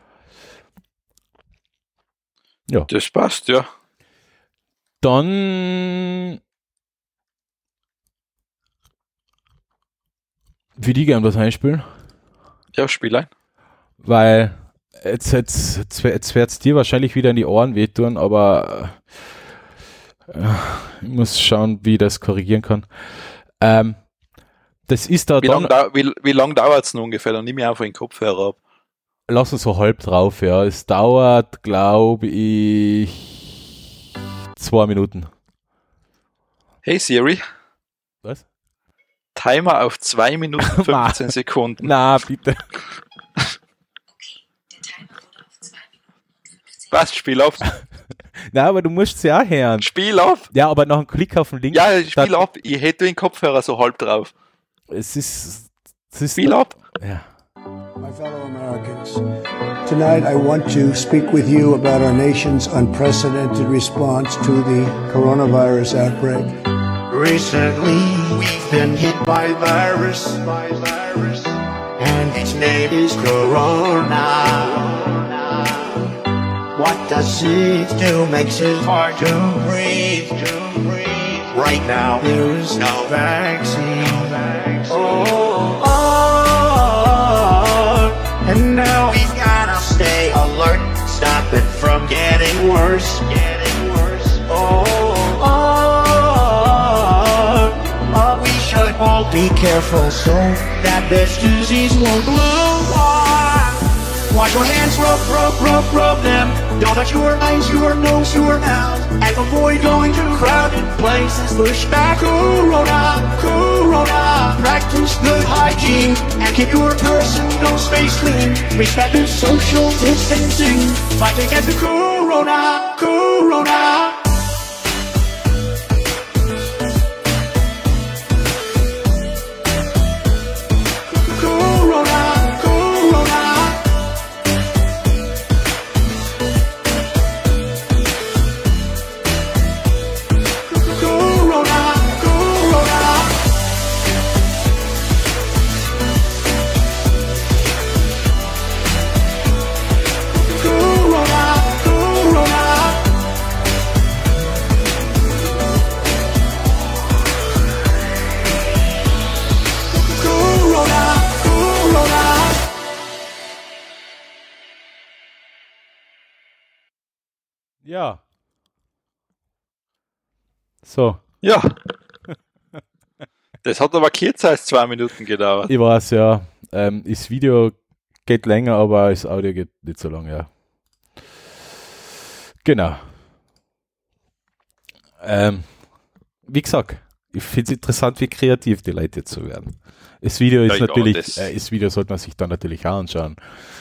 Speaker 2: Ja. Das passt, ja.
Speaker 1: Dann würde ich gerne was einspielen.
Speaker 2: Ja, spiel ein.
Speaker 1: Weil jetzt wird es dir wahrscheinlich wieder in die Ohren wehtun, aber ich muss schauen, wie ich das korrigieren kann. Das ist da
Speaker 2: wie lang dauert es nun ungefähr? Dann nimm ich einfach den Kopfhörer ab.
Speaker 1: Lass uns so halb drauf, ja. Es dauert, glaube ich, 2 Minuten.
Speaker 2: Hey Siri.
Speaker 1: Was?
Speaker 2: Timer auf 2 Minuten 15 Sekunden.
Speaker 1: Na, bitte.
Speaker 2: Was? Spiel ab.
Speaker 1: Na, aber du musst es ja auch hören.
Speaker 2: Spiel ab.
Speaker 1: Ja, aber noch ein Klick auf den Link.
Speaker 2: Ja, spiel ab. Ich hätte den Kopfhörer so halb drauf.
Speaker 1: Es ist
Speaker 2: Spiel ab.
Speaker 1: Ja.
Speaker 7: My fellow Americans, tonight I want to speak with you about our nation's unprecedented response to the coronavirus outbreak. Recently, we've been hit by virus, and its name is Corona. What does it do? Makes it hard to breathe. Right now, there is no vaccine. And now we've gotta stay alert, stop it from getting worse. We should all be careful so that this disease won't blow on. Wash your hands, rub them. Don't touch your eyes, your nose, your mouth. And avoid going to crowded places. Push back Corona. Practice good hygiene and keep your personal space clean. Respect the social distancing. Fight against the Corona.
Speaker 1: Ja. So.
Speaker 2: Ja. Das hat aber kürzer als 2 Minuten gedauert.
Speaker 1: Ich weiß, ja. Das Video geht länger, aber das Audio geht nicht so lang, ja. Genau. Wie gesagt, ich finde es interessant, wie kreativ die Leute jetzt so werden. Das Video ist natürlich, das Video sollte man sich dann natürlich auch anschauen.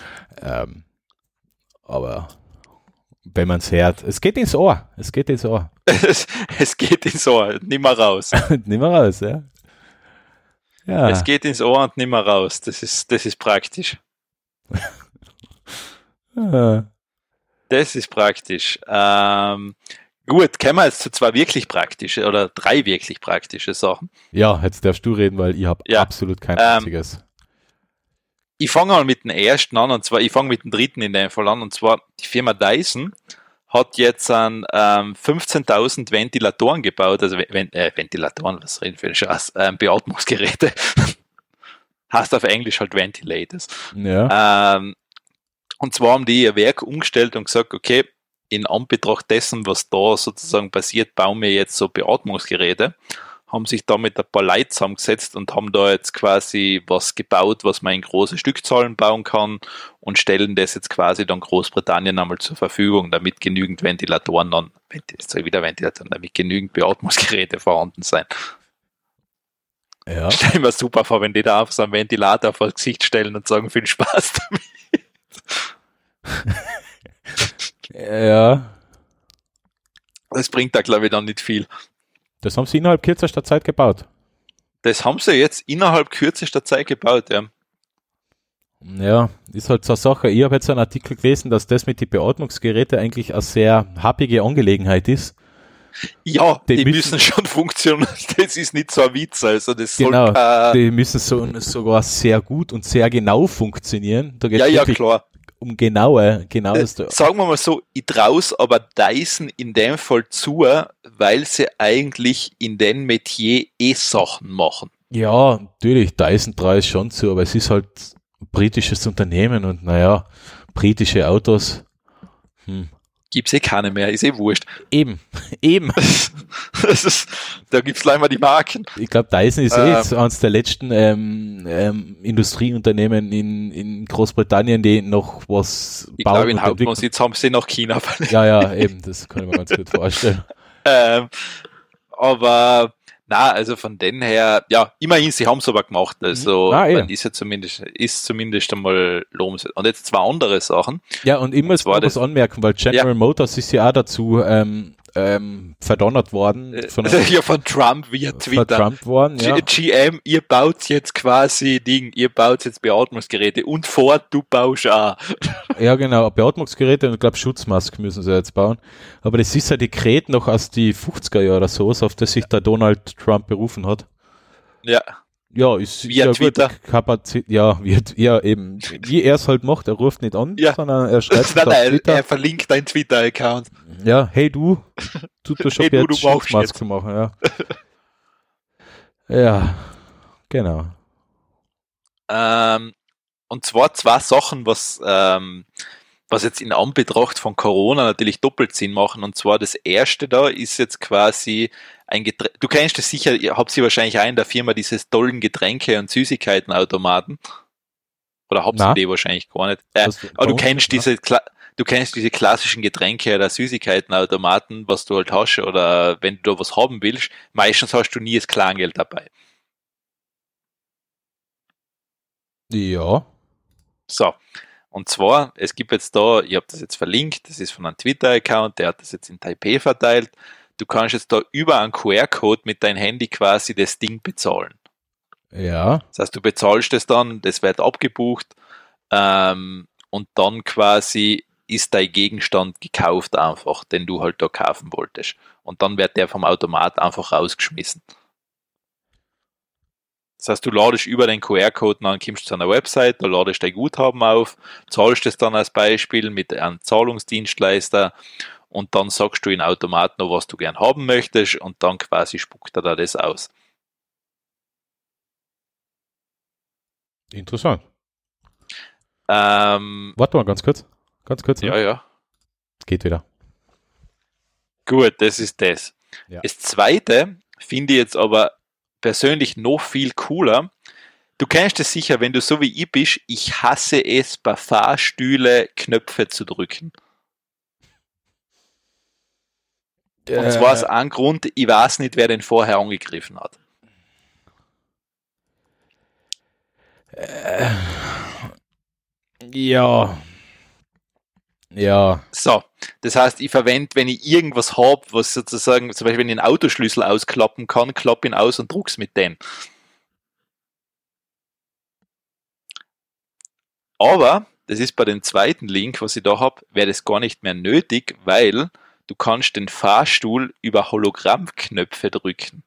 Speaker 1: Aber wenn man es hört, es geht ins Ohr. Es geht ins Ohr,
Speaker 2: nimm mal raus.
Speaker 1: Nimm mal raus, ja. Ja.
Speaker 2: Es geht ins Ohr und nimm mal raus. Das ist praktisch. Das ist praktisch. Gut, kommen wir jetzt zu zwei wirklich praktische oder drei wirklich praktische Sachen.
Speaker 1: Ja, jetzt darfst du reden, weil ich habe absolut kein einziges.
Speaker 2: Ich fange mal mit dem ersten an, und zwar, ich fange mit dem dritten in dem Fall an, und zwar die Firma Dyson hat jetzt an 15.000 Ventilatoren gebaut, also Ventilatoren, was reden für eine Scheiß, Beatmungsgeräte. Heißt auf Englisch halt Ventilators.
Speaker 1: Ja.
Speaker 2: Und zwar haben die ihr Werk umgestellt und gesagt, okay, in Anbetracht dessen, was da sozusagen passiert, bauen wir jetzt so Beatmungsgeräte, haben sich damit ein paar Leute zusammengesetzt und haben da jetzt quasi was gebaut, was man in große Stückzahlen bauen kann und stellen das jetzt quasi dann Großbritannien einmal zur Verfügung, damit genügend Ventilatoren dann, damit genügend Beatmungsgeräte vorhanden sein.
Speaker 1: Ja.
Speaker 2: Stell mir super vor, wenn die da auf so einen Ventilator vor das Gesicht stellen und sagen, viel Spaß damit.
Speaker 1: Ja.
Speaker 2: Das bringt da, glaube ich, dann nicht viel.
Speaker 1: Das haben sie innerhalb kürzester Zeit gebaut.
Speaker 2: Das haben sie jetzt innerhalb kürzester Zeit gebaut, ja.
Speaker 1: Ja, ist halt so eine Sache. Ich habe jetzt einen Artikel gelesen, dass das mit den Beatmungsgeräten eigentlich eine sehr happige Angelegenheit ist.
Speaker 2: Ja, die müssen schon funktionieren. Das ist nicht so ein Witz. Also das
Speaker 1: genau, die müssen sogar sehr gut und sehr genau funktionieren. Da geht's
Speaker 2: klar.
Speaker 1: Um genaues.
Speaker 2: Sagen wir mal so, ich traue aber Dyson in dem Fall zu, weil sie eigentlich in dem Metier Sachen machen.
Speaker 1: Ja, natürlich, Dyson traue ich schon zu, aber es ist halt ein britisches Unternehmen und naja, britische Autos.
Speaker 2: Gibt's keine mehr, ist wurscht.
Speaker 1: Eben.
Speaker 2: Da gibt's gleich mal die Marken.
Speaker 1: Ich glaube, Dyson ist eines der letzten Industrieunternehmen in Großbritannien, die noch was bauen.
Speaker 2: Ich glaube, in Hauptwohnsitz haben sie nach China verlegt.
Speaker 1: Ja, eben, das kann ich mir ganz gut vorstellen.
Speaker 2: Aber also von denen her, ja, immerhin, sie haben es aber gemacht, also ist ja zumindest einmal lobenswert. Und jetzt zwei andere Sachen.
Speaker 1: Ja, und ich muss was anmerken, weil General Motors ist ja auch dazu verdonnert worden.
Speaker 2: Von Trump via Twitter.
Speaker 1: Trump worden, ja.
Speaker 2: GM, ihr baut jetzt quasi Beatmungsgeräte und Ford, du baust auch.
Speaker 1: Ja, genau, Beatmungsgeräte und ich glaube Schutzmasken müssen sie jetzt bauen. Aber das ist ein Dekret noch aus die 50er Jahre oder so, auf das sich der Donald Trump berufen hat.
Speaker 2: Ja.
Speaker 1: Ja, ist
Speaker 2: via
Speaker 1: ja
Speaker 2: Twitter.
Speaker 1: Eben. Wie er es halt macht, er ruft nicht an, sondern er schreibt
Speaker 2: er verlinkt deinen Twitter-Account.
Speaker 1: Ja, hey du schon jetzt Schutzmasken machen, ja. Ja, genau.
Speaker 2: Und zwar zwei Sachen, was jetzt in Anbetracht von Corona natürlich doppelt Sinn machen. Und zwar das erste da ist jetzt quasi ein Getränk. Du kennst das sicher, ihr habt sie wahrscheinlich auch in der Firma, dieses tollen Getränke- und Süßigkeitenautomaten. Oder habt ihr die wahrscheinlich gar nicht. Aber du kennst diese klassischen Getränke- oder Süßigkeitenautomaten, was du halt hast, oder wenn du da was haben willst, meistens hast du nie das Kleingeld dabei.
Speaker 1: Ja.
Speaker 2: So. Und zwar, es gibt jetzt da, ich habe das jetzt verlinkt, das ist von einem Twitter-Account, der hat das jetzt in Taipei verteilt. Du kannst jetzt da über einen QR-Code mit deinem Handy quasi das Ding bezahlen.
Speaker 1: Ja.
Speaker 2: Das heißt, du bezahlst das dann, das wird abgebucht und dann quasi ist dein Gegenstand gekauft einfach, den du halt da kaufen wolltest. Und dann wird der vom Automat einfach rausgeschmissen. Das heißt, du ladest über den QR-Code an, kommst zu einer Website, da ladest dein Guthaben auf, zahlst es dann als Beispiel mit einem Zahlungsdienstleister und dann sagst du in Automat noch, was du gern haben möchtest und dann quasi spuckt er da das aus.
Speaker 1: Interessant. Warte mal, ganz kurz.
Speaker 2: Ja.
Speaker 1: Geht wieder.
Speaker 2: Gut, das ist das. Ja. Das zweite finde ich jetzt aber persönlich noch viel cooler. Du kennst es sicher, wenn du so wie ich bist, ich hasse es, bei Fahrstühle Knöpfe zu drücken. Und zwar aus einem Grund, ich weiß nicht, wer den vorher angegriffen hat.
Speaker 1: Ja.
Speaker 2: So, das heißt, ich verwende, wenn ich irgendwas habe, was sozusagen, zum Beispiel wenn ich einen Autoschlüssel ausklappen kann, klappe ihn aus und druck's mit dem. Aber das ist bei dem zweiten Link, was ich da habe, wäre das gar nicht mehr nötig, weil du kannst den Fahrstuhl über Hologrammknöpfe drücken.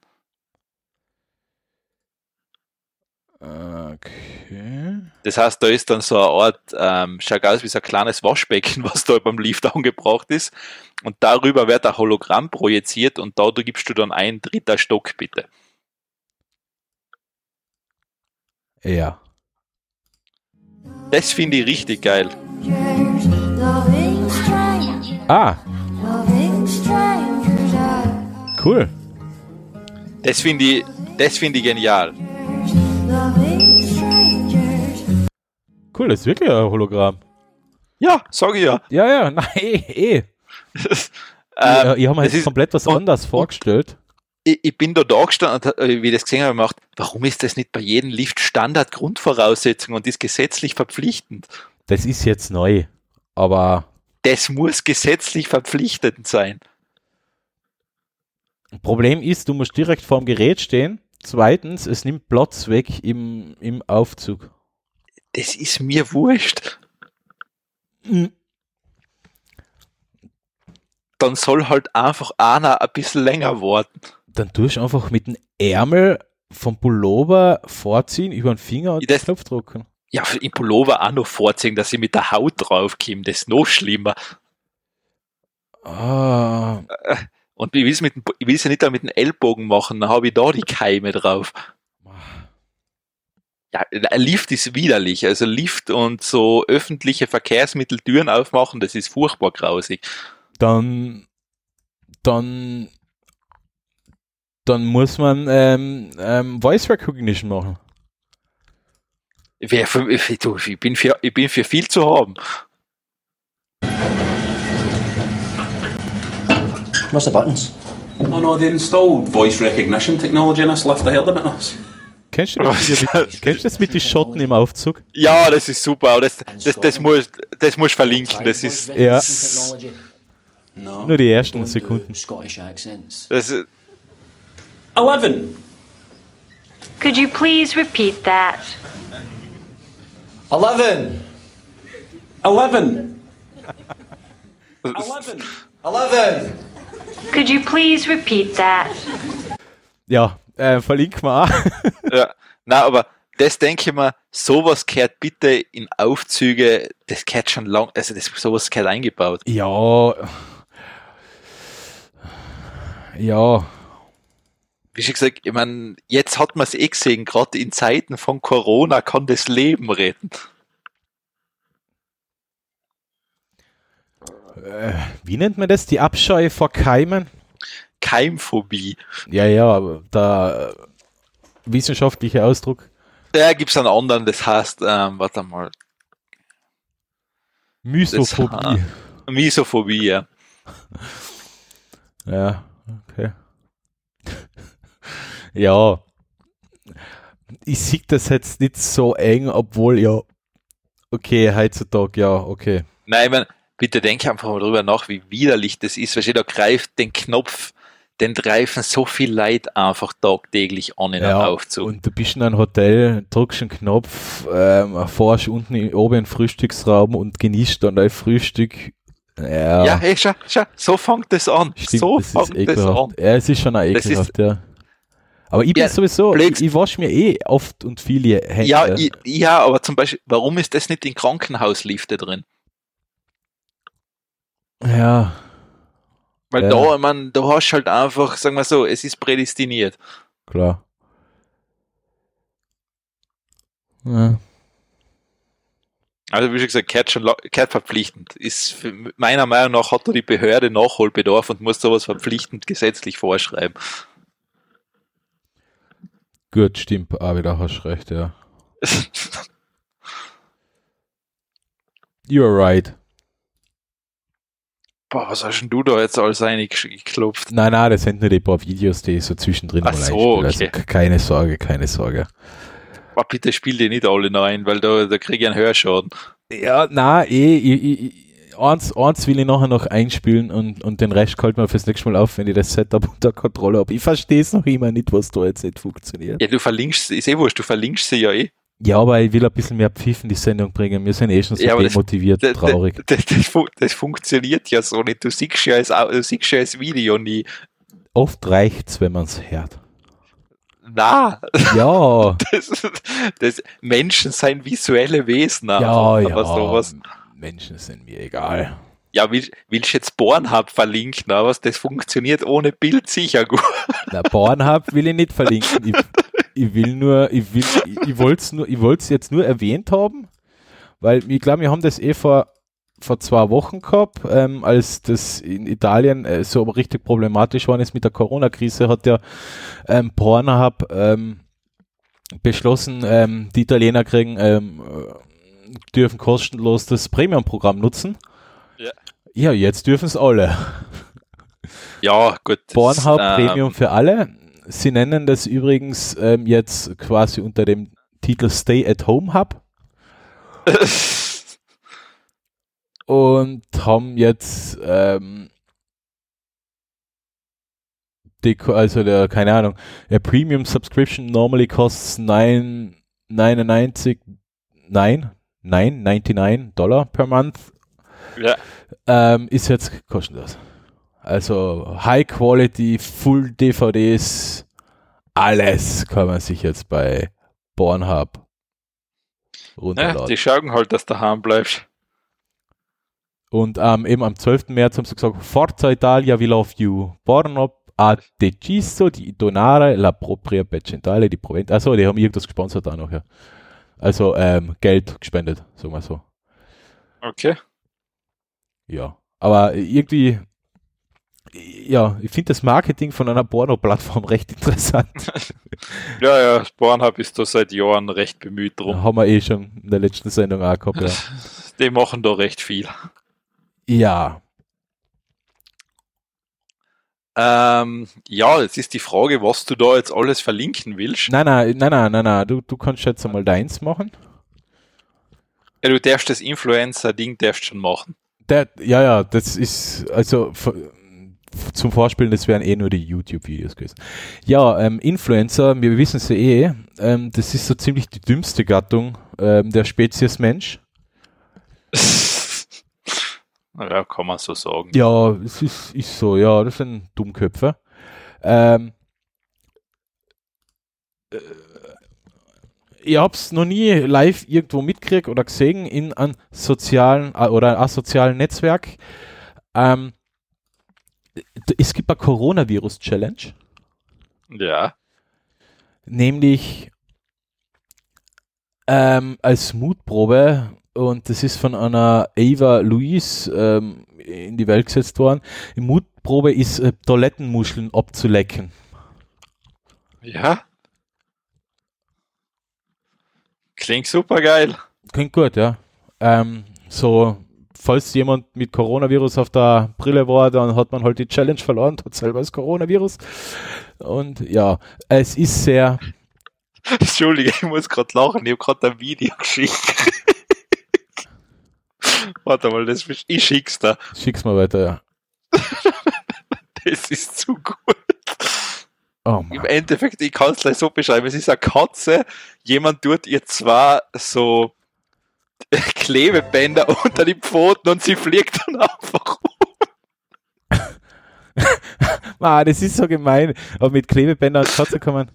Speaker 1: Okay.
Speaker 2: Das heißt, da ist dann so eine Art, schaut aus wie so ein kleines Waschbecken, was da beim Lift angebracht ist. Und darüber wird ein Hologramm projiziert und da gibst du dann ein 3. Stock, bitte.
Speaker 1: Ja.
Speaker 2: Das finde ich richtig geil.
Speaker 1: Ah. Cool.
Speaker 2: Das finde ich genial.
Speaker 1: Cool, das ist wirklich ein Hologramm.
Speaker 2: Ja, sage ich ja.
Speaker 1: Ja, nein, ich habe mir jetzt komplett was anderes vorgestellt.
Speaker 2: Ich bin da gestanden und wie ich das gesehen habe, gemacht, warum ist das nicht bei jedem Lift Standard-Grundvoraussetzung und ist gesetzlich verpflichtend?
Speaker 1: Das ist jetzt neu, aber...
Speaker 2: Das muss gesetzlich verpflichtend sein.
Speaker 1: Problem ist, du musst direkt vorm Gerät stehen. Zweitens, es nimmt Platz weg im Aufzug.
Speaker 2: Das ist mir wurscht. Dann soll halt einfach einer ein bisschen länger warten.
Speaker 1: Dann tust du einfach mit dem Ärmel vom Pullover vorziehen, über den Finger und den Knopf drücken.
Speaker 2: Ja, im Pullover auch noch vorziehen, dass ich mit der Haut draufkomme. Das ist noch schlimmer.
Speaker 1: Ah.
Speaker 2: Und ich will es ja nicht da mit dem Ellbogen machen, dann habe ich da die Keime drauf. Ja, ein Lift ist widerlich. Also Lift und so öffentliche Verkehrsmittel Türen aufmachen, das ist furchtbar grausig.
Speaker 1: Dann muss man Voice Recognition machen.
Speaker 2: Ich bin für viel zu haben.
Speaker 8: What's the buttons?
Speaker 9: Oh no, they installed voice recognition technology in this lift. I heard about this.
Speaker 1: Kennst du das mit den Schotten im Aufzug?
Speaker 2: Ja, das ist super, aber das musst du verlinken. Das ist...
Speaker 1: Ja. Nur die ersten Sekunden.
Speaker 2: Das ist
Speaker 9: 11.
Speaker 10: Could you please repeat that?
Speaker 8: 11.
Speaker 9: 11.
Speaker 8: 11.
Speaker 10: Could you please repeat that?
Speaker 1: Ja, verlinken wir auch.
Speaker 2: Ja, nein, aber das denke ich mir, sowas gehört bitte in Aufzüge, das gehört schon lang, also sowas gehört eingebaut.
Speaker 1: Ja.
Speaker 2: Wie schon gesagt, ich meine, jetzt hat man es gesehen, gerade in Zeiten von Corona kann das Leben retten.
Speaker 1: Wie nennt man das? Die Abscheu vor Keimen?
Speaker 2: Keimphobie.
Speaker 1: Ja, aber der wissenschaftliche Ausdruck.
Speaker 2: Da gibt es einen anderen, das heißt, warte mal.
Speaker 1: Mysophobie.
Speaker 2: Mysophobie, ja.
Speaker 1: Ja, okay. Ja. Ich sehe das jetzt nicht so eng, obwohl ja, okay, heutzutage, ja, okay.
Speaker 2: Nein, ich meine, bitte denke einfach mal drüber nach, wie widerlich das ist. Weil da greift den Knopf, den greifen so viel Leute einfach tagtäglich an in einem Aufzug.
Speaker 1: Und du bist in einem Hotel, drückst einen Knopf, erfährst unten oben einen Frühstücksraum und genießt dann dein Frühstück. Ja,
Speaker 2: hey, schau, so fängt das an.
Speaker 1: Stimmt,
Speaker 2: so
Speaker 1: das
Speaker 2: fängt das an.
Speaker 1: Ja, es ist schon auch ekelhaft, ja. Aber ich bin sowieso, ich wasche mir oft und viele Hände.
Speaker 2: Ja, aber zum Beispiel, warum ist das nicht in Krankenhauslifte drin?
Speaker 1: Ja.
Speaker 2: Weil da hast du halt einfach, sagen wir so, es ist prädestiniert.
Speaker 1: Klar. Ja.
Speaker 2: Also wie schon gesagt, gehört verpflichtend. Ist meiner Meinung nach hat da die Behörde Nachholbedarf und muss sowas verpflichtend gesetzlich vorschreiben.
Speaker 1: Gut, stimmt, aber da hast du recht, ja. You're right.
Speaker 2: Boah, was hast denn du da jetzt alles eingeklopft?
Speaker 1: Nein, das sind nur die paar Videos, die so zwischendrin
Speaker 2: mal einspielen.
Speaker 1: Okay. Also keine Sorge.
Speaker 2: Aber bitte spiel die nicht alle rein, weil da kriege ich einen Hörschaden.
Speaker 1: Ja, eins will ich nachher noch einspielen und den Rest kalt mir fürs nächste Mal auf, wenn ich das Setup unter Kontrolle habe. Ich verstehe es noch immer nicht, was da jetzt nicht funktioniert.
Speaker 2: Ja, du verlinkst, ist wurscht, du verlinkst sie ja
Speaker 1: Ja, aber ich will ein bisschen mehr Pfiff in die Sendung bringen. Wir sind eh schon so demotiviert, traurig.
Speaker 2: Das funktioniert ja so nicht. Du siehst ja das Video nie.
Speaker 1: Oft reicht's, wenn man es hört.
Speaker 2: Na,
Speaker 1: ja.
Speaker 2: Das Menschen sind visuelle Wesen.
Speaker 1: Aber sowas. Menschen sind mir egal.
Speaker 2: Ja, willst du jetzt Pornhub verlinken, aber das funktioniert ohne Bild sicher gut.
Speaker 1: Na, Pornhub will ich nicht verlinken. Ich wollte es jetzt nur erwähnt haben, weil ich glaube, wir haben das vor 2 Wochen gehabt, als das in Italien so richtig problematisch war ist mit der Corona-Krise, hat der Pornhub beschlossen, die Italiener dürfen kostenlos das Premium-Programm nutzen. Ja, jetzt dürfen es alle.
Speaker 2: Ja, gut.
Speaker 1: Pornhub Premium für alle. Sie nennen das übrigens jetzt quasi unter dem Titel Stay at Home Hub. Und haben jetzt keine Ahnung, a Premium Subscription normally costs $99 per month.
Speaker 2: Ja.
Speaker 1: Ist jetzt kostenlos. Also High Quality, Full DVDs, alles kann man sich jetzt bei Pornhub runterladen.
Speaker 2: Ja, die schauen halt, dass du daheim bleibst.
Speaker 1: Und eben am 12. März haben sie gesagt, Forza Italia, we love you. Pornhub ha deciso di donare la propria percentuale di proventi. Achso, die haben irgendwas gesponsert auch noch, ja. Also Geld gespendet, sagen wir so.
Speaker 2: Okay.
Speaker 1: Ja, aber irgendwie, ja, ich finde das Marketing von einer Porno-Plattform recht interessant.
Speaker 2: Ja, Pornhub ist da seit Jahren recht bemüht drum.
Speaker 1: Haben wir eh schon in der letzten Sendung auch gehabt, ja.
Speaker 2: Die machen da recht viel.
Speaker 1: Ja.
Speaker 2: Ja, jetzt ist die Frage, was du da jetzt alles verlinken willst.
Speaker 1: Nein, du kannst jetzt einmal deins machen.
Speaker 2: Ja, du darfst das Influencer-Ding schon machen.
Speaker 1: Das ist, also zum Vorspielen, das wären eh nur die YouTube-Videos gewesen. Ja, Influencer, wir wissen es ja das ist so ziemlich die dümmste Gattung der Spezies Mensch.
Speaker 2: Ja, kann man so sagen.
Speaker 1: Ja, es ist so, ja, das sind Dummköpfe. Ich hab's noch nie live irgendwo mitgekriegt oder gesehen in einem sozialen oder asozialen Netzwerk. Es gibt eine Coronavirus-Challenge.
Speaker 2: Ja.
Speaker 1: Nämlich als Mutprobe, und das ist von einer Ava Louise in die Welt gesetzt worden. Die Mutprobe ist, Toilettenmuscheln abzulecken.
Speaker 2: Ja. Klingt super geil.
Speaker 1: Klingt gut, ja. So, falls jemand mit Coronavirus auf der Brille war, dann hat man halt die Challenge verloren, hat selber das Coronavirus. Und ja, es ist sehr...
Speaker 2: Entschuldige, ich muss gerade lachen, ich habe gerade ein Video geschickt. Warte mal, ich schick's da.
Speaker 1: Schick's mal weiter, ja.
Speaker 2: Das ist zu gut.
Speaker 1: Oh Mann.
Speaker 2: Im Endeffekt, ich kann es gleich so beschreiben, es ist eine Katze, jemand tut ihr zwar so Klebebänder unter die Pfoten und sie fliegt dann einfach
Speaker 1: um. Das ist so gemein, aber mit Klebebändern und Katze kann man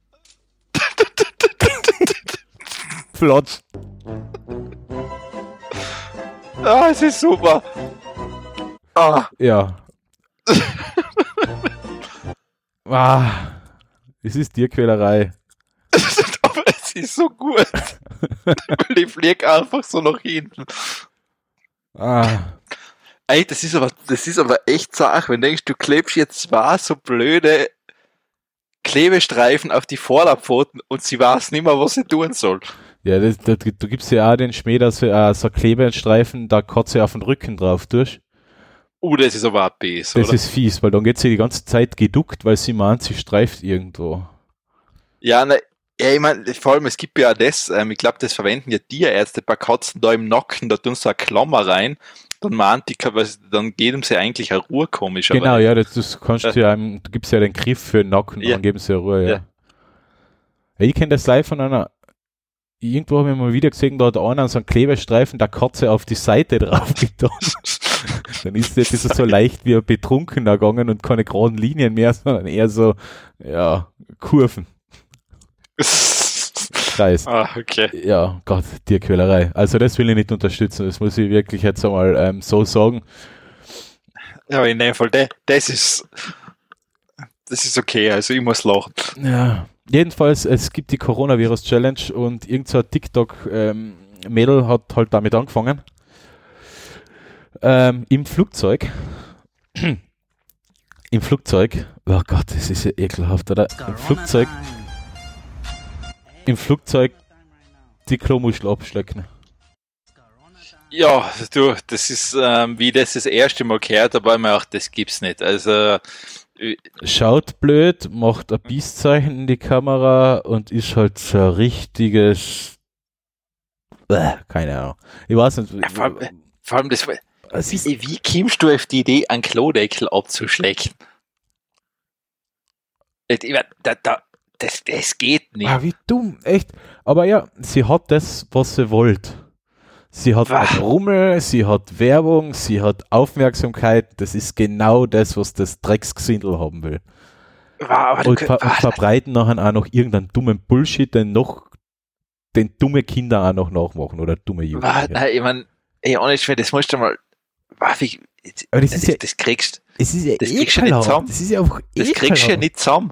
Speaker 1: flott.
Speaker 2: Ah, es ist super.
Speaker 1: Ja. Es ist Tierquälerei.
Speaker 2: Aber es ist so gut. Die fliegt einfach so nach hinten. Ey, das ist aber echt Sache, wenn du denkst, du klebst jetzt zwei so blöde Klebestreifen auf die Vorderpfoten und sie weiß nicht mehr, was sie tun soll.
Speaker 1: Ja, du gibst ja auch den Schmäh, dass so Klebestreifen da Katze auf den Rücken drauf durch.
Speaker 2: Das ist aber ein Biss,
Speaker 1: oder? Das ist fies, weil dann geht sie die ganze Zeit geduckt, weil sie meint, sie streift irgendwo.
Speaker 2: Ja, ich meine, vor allem, es gibt ja auch das, ich glaube, das verwenden ja Tierärzte bei Katzen da im Nacken, da tun sie eine Klammer rein, dann meint die, dann geben sie eigentlich eine Ruhe, komischerweise.
Speaker 1: Genau, ja, das kannst du ja, du gibst ja den Griff für den Nacken, dann geben sie ja Ruhe, ja. Ich kenne das live von einer irgendwo habe ich mal wieder gesehen, da hat einer so einen Klebestreifen der Katze auf die Seite drauf getan. Dann ist das so leicht wie ein Betrunkener gegangen und keine geraden Linien mehr, sondern eher so, ja, Kurven. Kreis.
Speaker 2: Ah, okay.
Speaker 1: Ja, Gott, Tierquälerei. Also das will ich nicht unterstützen, das muss ich wirklich jetzt einmal so sagen.
Speaker 2: Ja, in dem Fall, das ist okay, also ich muss lachen.
Speaker 1: Ja, jedenfalls, es gibt die Coronavirus-Challenge und irgend so ein TikTok-Mädel hat halt damit angefangen. Im Flugzeug. Im Flugzeug. Oh Gott, das ist ja ekelhaft, oder? Im Flugzeug die Klomuschel abschlecken.
Speaker 2: Ja, du, das ist, wie ich das erste Mal gehört habe, ich mir auch, das gibt's nicht. Also
Speaker 1: schaut blöd, macht ein Peace-Zeichen in die Kamera und ist halt so ein richtiges keine Ahnung. Ich weiß nicht.
Speaker 2: Ja, vor allem das wie kommst du auf die Idee, einen Klodeckel abzuschlecken? Das geht nicht.
Speaker 1: Ah, wie dumm, echt. Aber ja, sie hat das, was sie wollte. Sie hat Rummel, sie hat Werbung, sie hat Aufmerksamkeit. Das ist genau das, was das Drecksgesindel haben will. Und verbreiten nachher auch noch irgendeinen dummen Bullshit, den dumme Kinder auch noch nachmachen oder dumme Jugendliche.
Speaker 2: Nein, ich meine, das musst du mal.
Speaker 1: Aber
Speaker 2: das kriegst du nicht zusammen.
Speaker 1: Das ist ja auch
Speaker 2: das kriegst du ja nicht zusammen.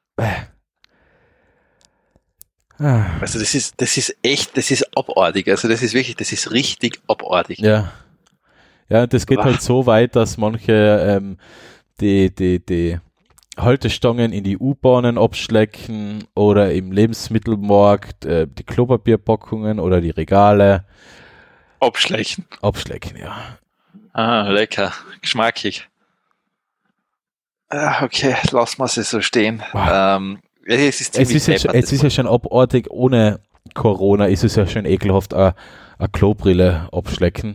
Speaker 2: Also das ist echt, das ist abartig. Also das ist wirklich, das ist richtig abartig.
Speaker 1: Ja. Ja, das geht halt so weit, dass manche die Haltestangen in die U-Bahnen abschlecken oder im Lebensmittelmarkt die Klopapierpackungen oder die Regale
Speaker 2: abschlecken,
Speaker 1: ja.
Speaker 2: Ah, lecker, geschmackig. Okay, lassen wir es so stehen. Es
Speaker 1: ist ja schon abartig, ohne Corona ist es ja schon ekelhaft, eine Klobrille abschlecken.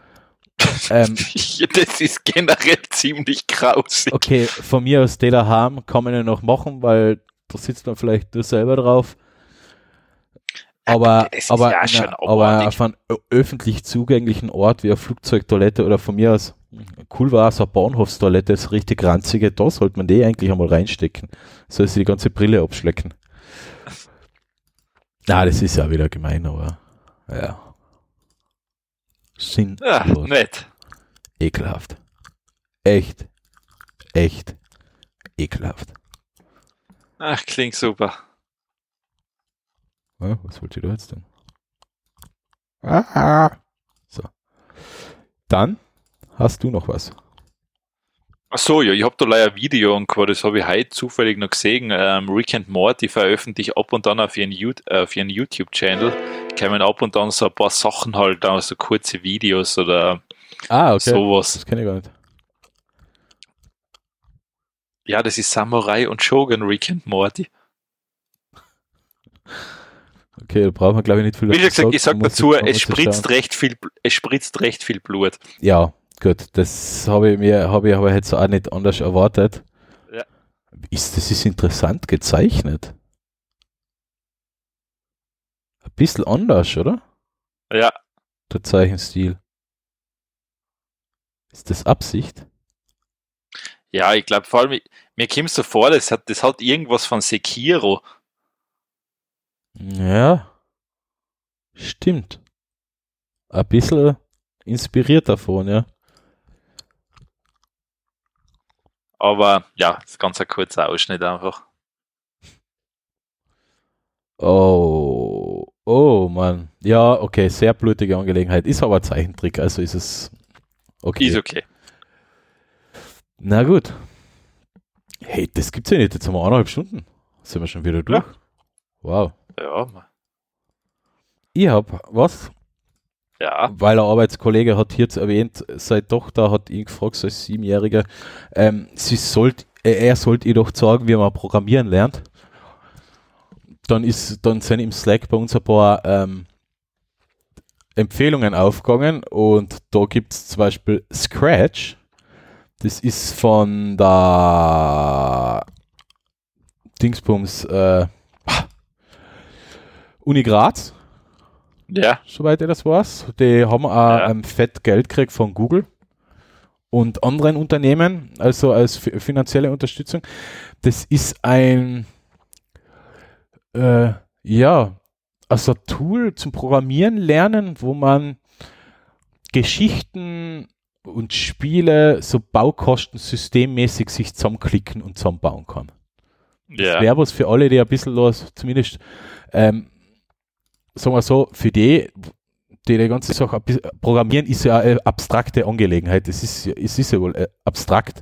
Speaker 2: Das ist generell ziemlich grausig.
Speaker 1: Okay, von mir aus die daheim kann man ja noch machen, weil da sitzt man vielleicht nur selber drauf. Aber auf einem öffentlich zugänglichen Ort wie eine Flugzeugtoilette oder von mir aus, cool war so eine Bahnhofstoilette, das richtig ranzige, da sollte man die eigentlich einmal reinstecken. Soll sie die ganze Brille abschlecken. Na, das ist ja wieder gemein, aber ja. Sinnlos.
Speaker 2: Nett.
Speaker 1: Ekelhaft. Echt ekelhaft.
Speaker 2: Ach, klingt super.
Speaker 1: Ja, was wollt ihr da jetzt denn? So. Dann hast du noch was.
Speaker 2: Achso, ja, ich habe da leider ein Video angehört, das habe ich heute zufällig noch gesehen. Rick and Morty veröffentlicht ab und an auf ihren YouTube-Channel. Kommen ab und an so ein paar Sachen halt, auch so kurze Videos oder sowas.
Speaker 1: Das kenne ich gar nicht.
Speaker 2: Ja, das ist Samurai und Shogun Rick and Morty.
Speaker 1: Okay, da brauchen wir glaube ich nicht viel.
Speaker 2: Wie gesagt, ich sag dazu, es spritzt recht viel Blut.
Speaker 1: Ja, gut, das habe ich aber jetzt auch nicht anders erwartet.
Speaker 2: Ja.
Speaker 1: Das ist interessant gezeichnet. Ein bisschen anders, oder?
Speaker 2: Ja.
Speaker 1: Der Zeichenstil. Ist das Absicht?
Speaker 2: Ja, ich glaube vor allem, mir kommt so vor, das hat irgendwas von Sekiro.
Speaker 1: Ja, stimmt. Ein bisschen inspiriert davon, ja.
Speaker 2: Aber ja, das ist ganz ein kurzer Ausschnitt einfach.
Speaker 1: Oh Mann. Ja, okay, sehr blutige Angelegenheit. Ist aber ein Zeichentrick, also ist es okay.
Speaker 2: Ist okay.
Speaker 1: Na gut. Hey, das gibt's ja nicht. Jetzt haben wir 1,5 Stunden. Sind wir schon wieder durch?
Speaker 2: Ja.
Speaker 1: Wow.
Speaker 2: Ja.
Speaker 1: Ich hab was.
Speaker 2: Ja.
Speaker 1: Weil ein Arbeitskollege hat jetzt erwähnt, seine Tochter hat ihn gefragt, so als 7-Jähriger, er sollte ihr doch sagen, wie man programmieren lernt. Dann sind im Slack bei uns ein paar Empfehlungen aufgegangen und da gibt es zum Beispiel Scratch. Das ist von der Dingsbums Uni Graz,
Speaker 2: Ja.
Speaker 1: Soweit ich das weiß. Die haben auch fett Geld gekriegt von Google und anderen Unternehmen, also als finanzielle Unterstützung. Das ist ein also Tool zum Programmieren lernen, wo man Geschichten und Spiele so baukostensystemmäßig sich zusammenklicken und zusammenbauen kann.
Speaker 2: Ja.
Speaker 1: Das wäre was für alle, die ein bisschen was, zumindest sagen wir so, für die ganze Sache, Programmieren ist ja eine abstrakte Angelegenheit. Es ist ja wohl abstrakt,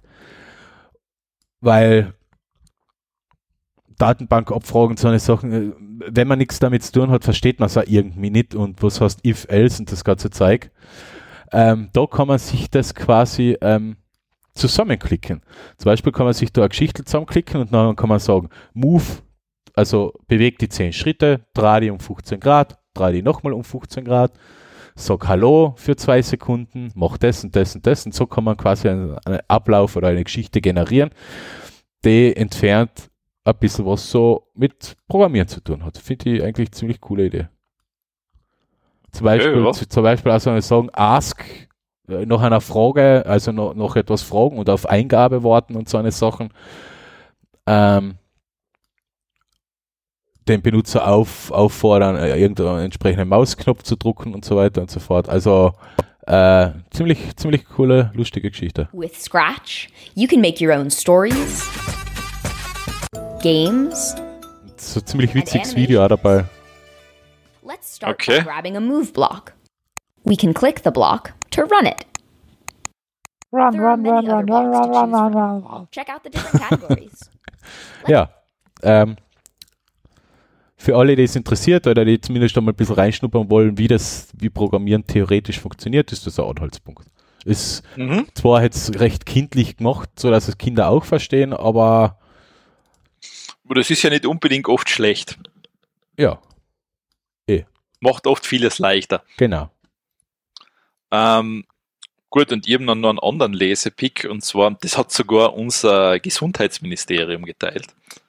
Speaker 1: weil Datenbankabfragen, so eine Sachen, wenn man nichts damit zu tun hat, versteht man es auch irgendwie nicht und was heißt if, else und das ganze Zeug. Da kann man sich das quasi zusammenklicken. Zum Beispiel kann man sich da eine Geschichte zusammenklicken und dann kann man sagen, move, also bewegt die 10 Schritte, dreh die um 15 Grad, dreh die nochmal um 15 Grad, sag Hallo für 2 Sekunden, mach das und das und das und so kann man quasi einen Ablauf oder eine Geschichte generieren, die entfernt ein bisschen was so mit Programmieren zu tun hat. Finde ich eigentlich eine ziemlich coole Idee. Zum Beispiel also sagen, ask nach einer Frage, also noch etwas fragen und auf Eingabe warten und so eine Sachen. Den Benutzer auffordern, irgendeinen entsprechenden Mausknopf zu drücken und so weiter und so fort. Also ziemlich coole, lustige Geschichte.
Speaker 11: With Scratch, you can make your own stories, games.
Speaker 1: So ziemlich witziges Video auch dabei.
Speaker 11: Let's start by grabbing a move block. We can click the block to run it. Run. Check out the different categories.
Speaker 1: Ja, für alle, die es interessiert oder die zumindest einmal ein bisschen reinschnuppern wollen, wie Programmieren theoretisch funktioniert, ist das ein Anhaltspunkt. Ist zwar jetzt recht kindlich gemacht, so dass es Kinder auch verstehen, aber
Speaker 2: das ist ja nicht unbedingt oft schlecht.
Speaker 1: Ja.
Speaker 2: Macht oft vieles leichter.
Speaker 1: Genau.
Speaker 2: Gut, und ich habe noch einen anderen Lesepick, und zwar, das hat sogar unser Gesundheitsministerium geteilt.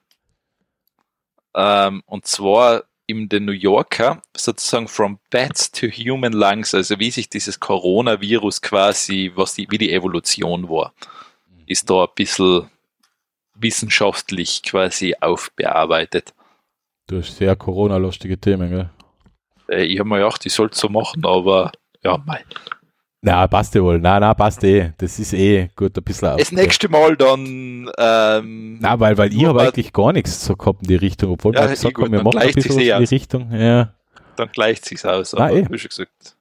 Speaker 2: Und zwar in den New Yorker, sozusagen from bats to human lungs, also wie sich dieses Coronavirus quasi, wie die Evolution war, ist da ein bisschen wissenschaftlich quasi aufbearbeitet.
Speaker 1: Du hast sehr Corona-lustige Themen, gell?
Speaker 2: Ich habe mir gedacht, ich sollte es so machen, aber ja, mei.
Speaker 1: Na, passt ja wohl. Na, passt eh. Das ist eh gut, ein bisschen auf.
Speaker 2: Das nächste Mal dann
Speaker 1: na, weil ich habe eigentlich gar nichts so gehabt in die Richtung, obwohl man gesagt hat, wir machen ein bisschen was in die Richtung. Ja.
Speaker 2: Dann gleicht sich's aus, aber wie schon gesagt.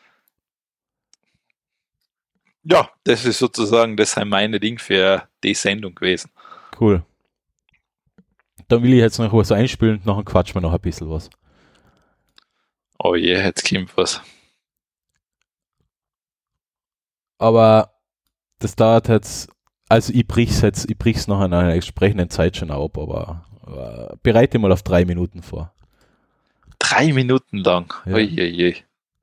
Speaker 2: Ja, das ist sozusagen, das sind meine Ding für die Sendung gewesen.
Speaker 1: Cool. Dann will ich jetzt noch was einspielen und nachher quatschen wir noch ein bisschen was.
Speaker 2: Oh je, jetzt kommt was.
Speaker 1: Aber das dauert jetzt, also ich brich's noch an einer entsprechenden Zeit schon ab, aber bereite mal auf 3 Minuten vor.
Speaker 2: 3 Minuten lang?
Speaker 1: Ja.
Speaker 2: Oje.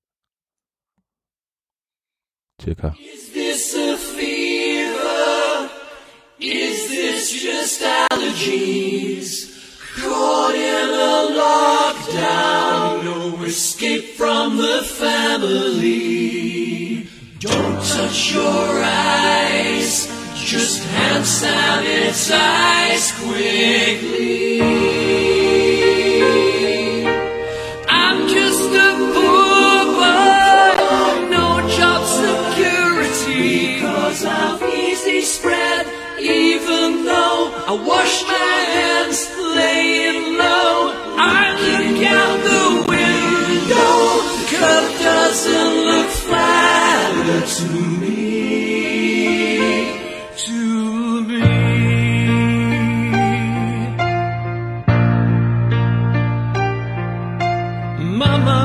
Speaker 1: Circa.
Speaker 7: Is this a fever? Is this just allergies? Caught in a lockdown, no escape from the family. Don't touch your eyes, just hand sanitize quickly. I'm just a poor boy, no job security, because of easy spread, even though I wash my hands laying low. I look out the window, the curve doesn't look flat to me. Mama,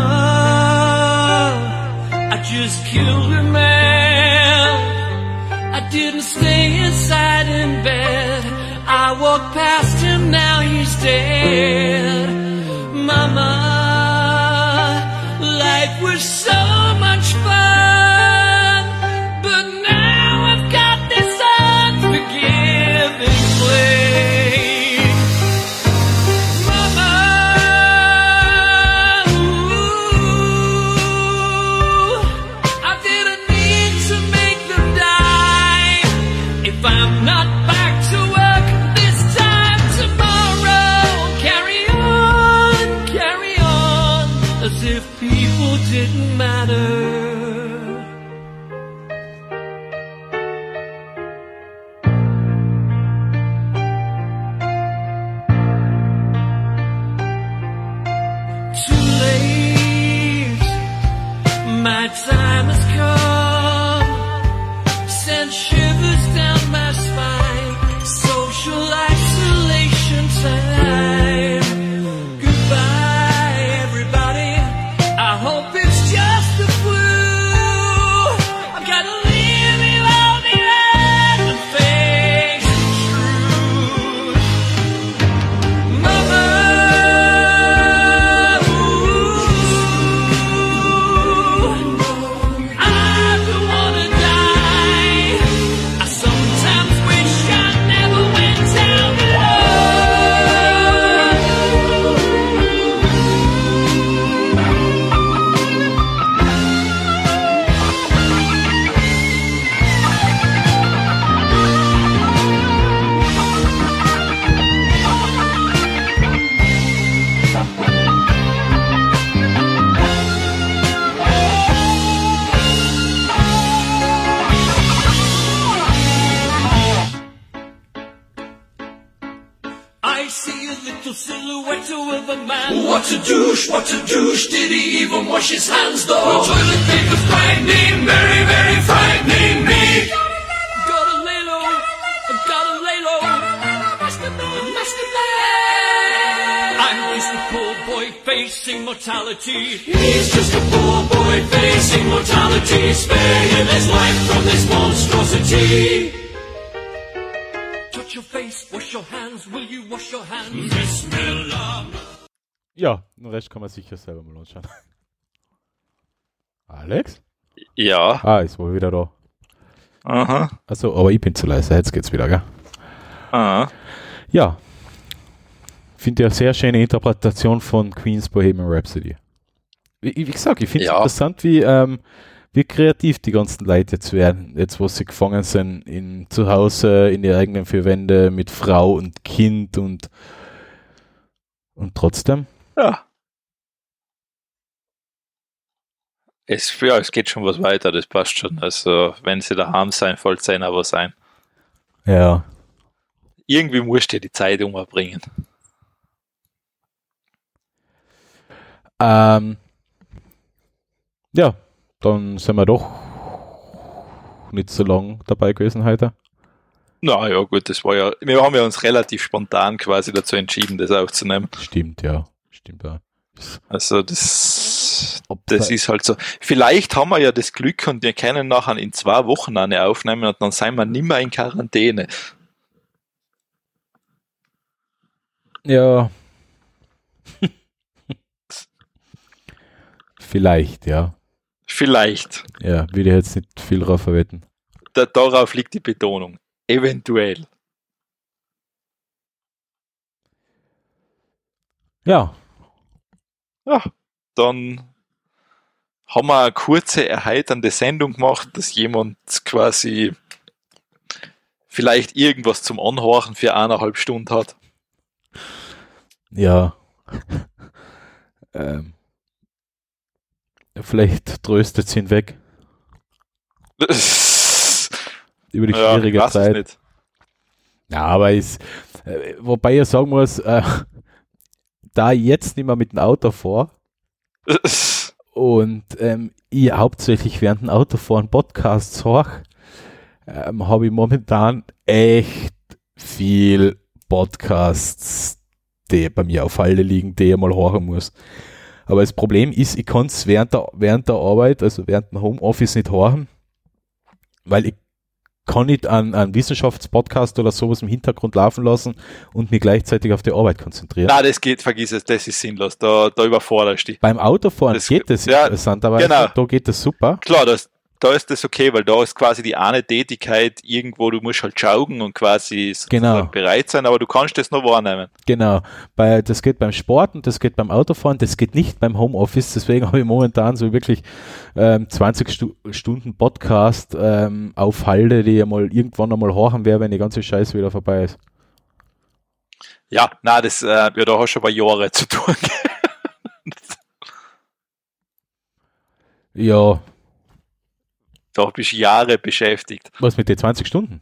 Speaker 7: I just killed a man. I didn't stay inside in bed. I walked past him, now he's dead. Mama, life was so much fun, but now I've got this unforgiving flame. Mama, ooh, I just killed a man. I didn't stay inside in bed. I walked past him, now he's dead. Mama, life was so much fun, but now I've got this unforgiving flame. Mama, ooh, I just killed a man. I didn't stay inside in bed. I walked past him, now he's dead. Mama, life was so much fun, but now I've got this unforgiving flame. Mama, ooh, didn't matter. Too late, my time has come. Sent shivers down my spine. Social isolation time. Goodbye, everybody. I hope it's just a flu. I've got to leave you all behind and face the truth. Mama, I don't wanna die. I sometimes wish I never went down below. I see a little silhouette of a man. What a douche, did he even wash his hands though? The toilet paper's frightening, very, very frightening me. Gotta lay low, gotta lay low. Master Man. I'm just a poor boy facing mortality. He's just a poor boy facing mortality. Sparing his life from this monstrosity. Touch your face, wash your hands, will you wash your hands? Bismillah.
Speaker 1: Ja, den Rest kann man sicher selber mal anschauen. Alex?
Speaker 2: Ja.
Speaker 1: Ah, ist wohl wieder da.
Speaker 2: Aha.
Speaker 1: Also, aber ich bin zu leise, jetzt geht's wieder, gell?
Speaker 2: Aha.
Speaker 1: Ja. Finde ich eine sehr schöne Interpretation von Queen's Bohemian Rhapsody. Wie gesagt, ich finde es interessant, wie kreativ die ganzen Leute jetzt werden, jetzt wo sie gefangen sind zu Hause, in ihren eigenen vier Wände, mit Frau und Kind und trotzdem.
Speaker 2: Ja. Es geht schon was weiter, das passt schon. Also, wenn sie daheim sein, voll sein, aber sein.
Speaker 1: Ja.
Speaker 2: Irgendwie musst du die Zeit umbringen.
Speaker 1: Ja, dann sind wir doch nicht so lang dabei gewesen heute.
Speaker 2: Na ja, gut, wir haben ja uns relativ spontan quasi dazu entschieden, das aufzunehmen.
Speaker 1: Stimmt, ja.
Speaker 2: Also das ist halt so. Vielleicht haben wir ja das Glück und wir können nachher in 2 Wochen eine aufnehmen und dann sind wir nicht mehr in Quarantäne.
Speaker 1: Ja. Vielleicht, ja.
Speaker 2: Vielleicht.
Speaker 1: Ja, will ich jetzt nicht viel drauf verwetten.
Speaker 2: Darauf liegt die Betonung. Eventuell.
Speaker 1: Ja.
Speaker 2: Ja, dann haben wir eine kurze, erheiternde Sendung gemacht, dass jemand quasi vielleicht irgendwas zum Anhorchen für 1,5 Stunden hat.
Speaker 1: Ja. Vielleicht tröstet sie ihn weg. Über die schwierige Zeit. Nicht. Ja, aber wobei ich sagen muss, da ich jetzt nicht mehr mit dem Auto fahre und ich hauptsächlich während dem Autofahren Podcasts höre, habe ich momentan echt viel Podcasts, die bei mir auf Halde liegen, die ich mal hören muss. Aber das Problem ist, ich kann es während der Arbeit, also während dem Homeoffice nicht hören, weil ich kann nicht an Wissenschaftspodcast oder sowas im Hintergrund laufen lassen und mich gleichzeitig auf die Arbeit konzentrieren.
Speaker 2: Nein, das geht, vergiss es, das ist sinnlos, da überforderst du dich.
Speaker 1: Beim Autofahren geht das interessanterweise, genau. Da geht das super.
Speaker 2: Klar, da ist das okay, weil da ist quasi die eine Tätigkeit irgendwo, du musst halt joggen und quasi bereit sein, aber du kannst das noch wahrnehmen.
Speaker 1: Genau, das geht beim Sport und das geht beim Autofahren, das geht nicht beim Homeoffice, deswegen habe ich momentan so wirklich 20 Stunden Podcast auf Halde, die ich mal irgendwann einmal hören werde, wenn die ganze Scheiße wieder vorbei ist.
Speaker 2: Ja, da hast du schon ein paar Jahre zu tun.
Speaker 1: Ja.
Speaker 2: Da bist du Jahre beschäftigt.
Speaker 1: Was mit den 20 Stunden?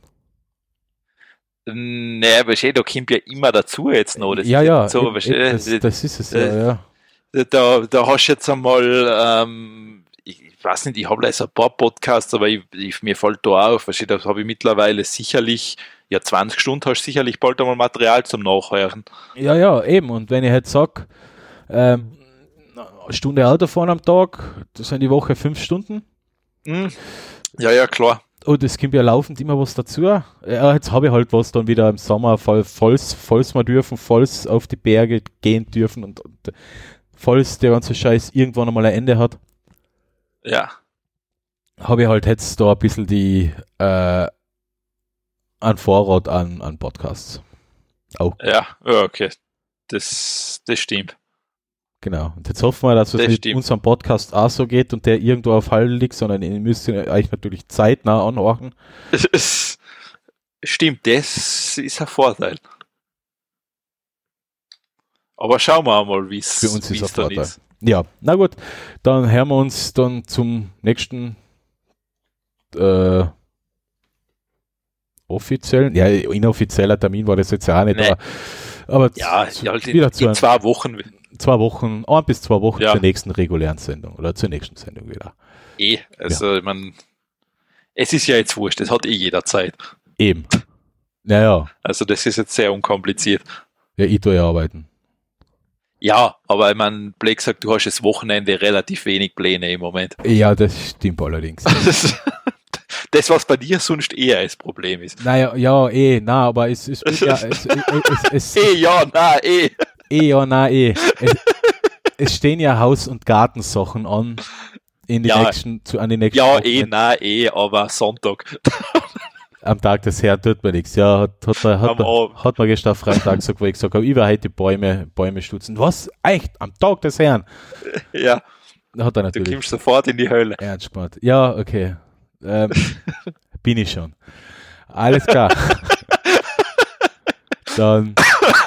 Speaker 2: Naja, aber da kommt ja immer dazu jetzt noch. Das
Speaker 1: ja,
Speaker 2: so,
Speaker 1: das ist es ja.
Speaker 2: Da hast du jetzt einmal, ich weiß nicht, ich habe leider ein paar Podcasts, aber mir fällt da auf, da habe ich mittlerweile sicherlich, 20 Stunden hast du sicherlich bald einmal Material zum Nachhören.
Speaker 1: Ja, eben. Und wenn ich jetzt sage, eine Stunde Autofahren am Tag, das sind die Woche 5 Stunden.
Speaker 2: Ja, klar.
Speaker 1: Und es kommt ja laufend immer was dazu. Ja, jetzt habe ich halt was dann wieder im Sommer falls mal dürfen, falls auf die Berge gehen dürfen und falls der ganze Scheiß irgendwann einmal ein Ende hat.
Speaker 2: Ja.
Speaker 1: Habe ich halt jetzt da ein bisschen ein Vorrat an Podcasts. Auch.
Speaker 2: Ja, okay. Das stimmt.
Speaker 1: Genau. Und jetzt hoffen wir, dass es mit unserem Podcast auch so geht und der irgendwo auf Halde liegt, sondern ihr müsst ihn euch natürlich zeitnah anhören.
Speaker 2: Stimmt, das ist ein Vorteil. Aber schauen wir mal, wie es dann ist.
Speaker 1: Ja, na gut, dann hören wir uns dann zum nächsten offiziellen, inoffizieller Termin war das jetzt ja auch nicht, aber
Speaker 2: halt in 2 Wochen.
Speaker 1: 2 Wochen, 1 bis 2 Wochen zur nächsten regulären Sendung oder zur nächsten Sendung wieder.
Speaker 2: Ich meine, es ist ja jetzt wurscht, das hat jeder Zeit.
Speaker 1: Eben. Naja.
Speaker 2: Also das ist jetzt sehr unkompliziert.
Speaker 1: Ja, ich tue ja arbeiten.
Speaker 2: Ja, aber ich meine, Blake sagt, du hast das Wochenende relativ wenig Pläne im Moment.
Speaker 1: Ja, das stimmt allerdings.
Speaker 2: Das, was bei dir sonst eher das Problem ist.
Speaker 1: Naja, aber es ist ja... Es stehen ja Haus- und Gartensachen an an die nächsten
Speaker 2: Wochen. Aber Sonntag.
Speaker 1: Am Tag des Herrn tut man nichts. Ja, hat man gestern Freitag gesagt, wo ich gesagt habe, ich will heute Bäume stutzen. Was? Echt? Am Tag des Herrn?
Speaker 2: Ja.
Speaker 1: Hat er natürlich.
Speaker 2: Du kommst sofort in die Hölle.
Speaker 1: Ernst gemacht. Ja, okay. Bin ich schon. Alles klar. Dann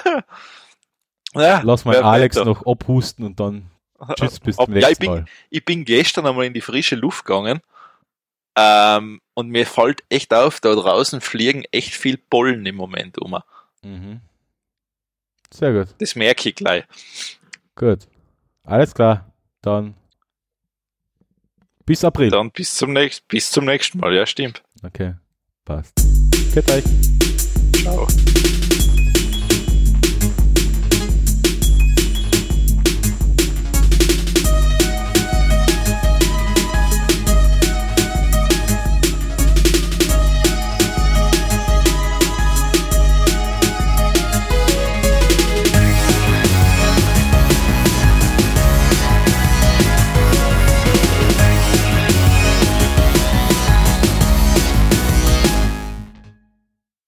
Speaker 1: lass mal Alex noch abhusten und dann tschüss, bis zum nächsten Mal.
Speaker 2: Ich bin gestern einmal in die frische Luft gegangen und mir fällt echt auf, da draußen fliegen echt viel Pollen im Moment um.
Speaker 1: Mhm. Sehr gut.
Speaker 2: Das merke ich gleich.
Speaker 1: Gut. Alles klar. Dann bis April.
Speaker 2: Dann bis zum nächsten Mal, ja, stimmt.
Speaker 1: Okay, passt. Geht euch.
Speaker 2: Ciao.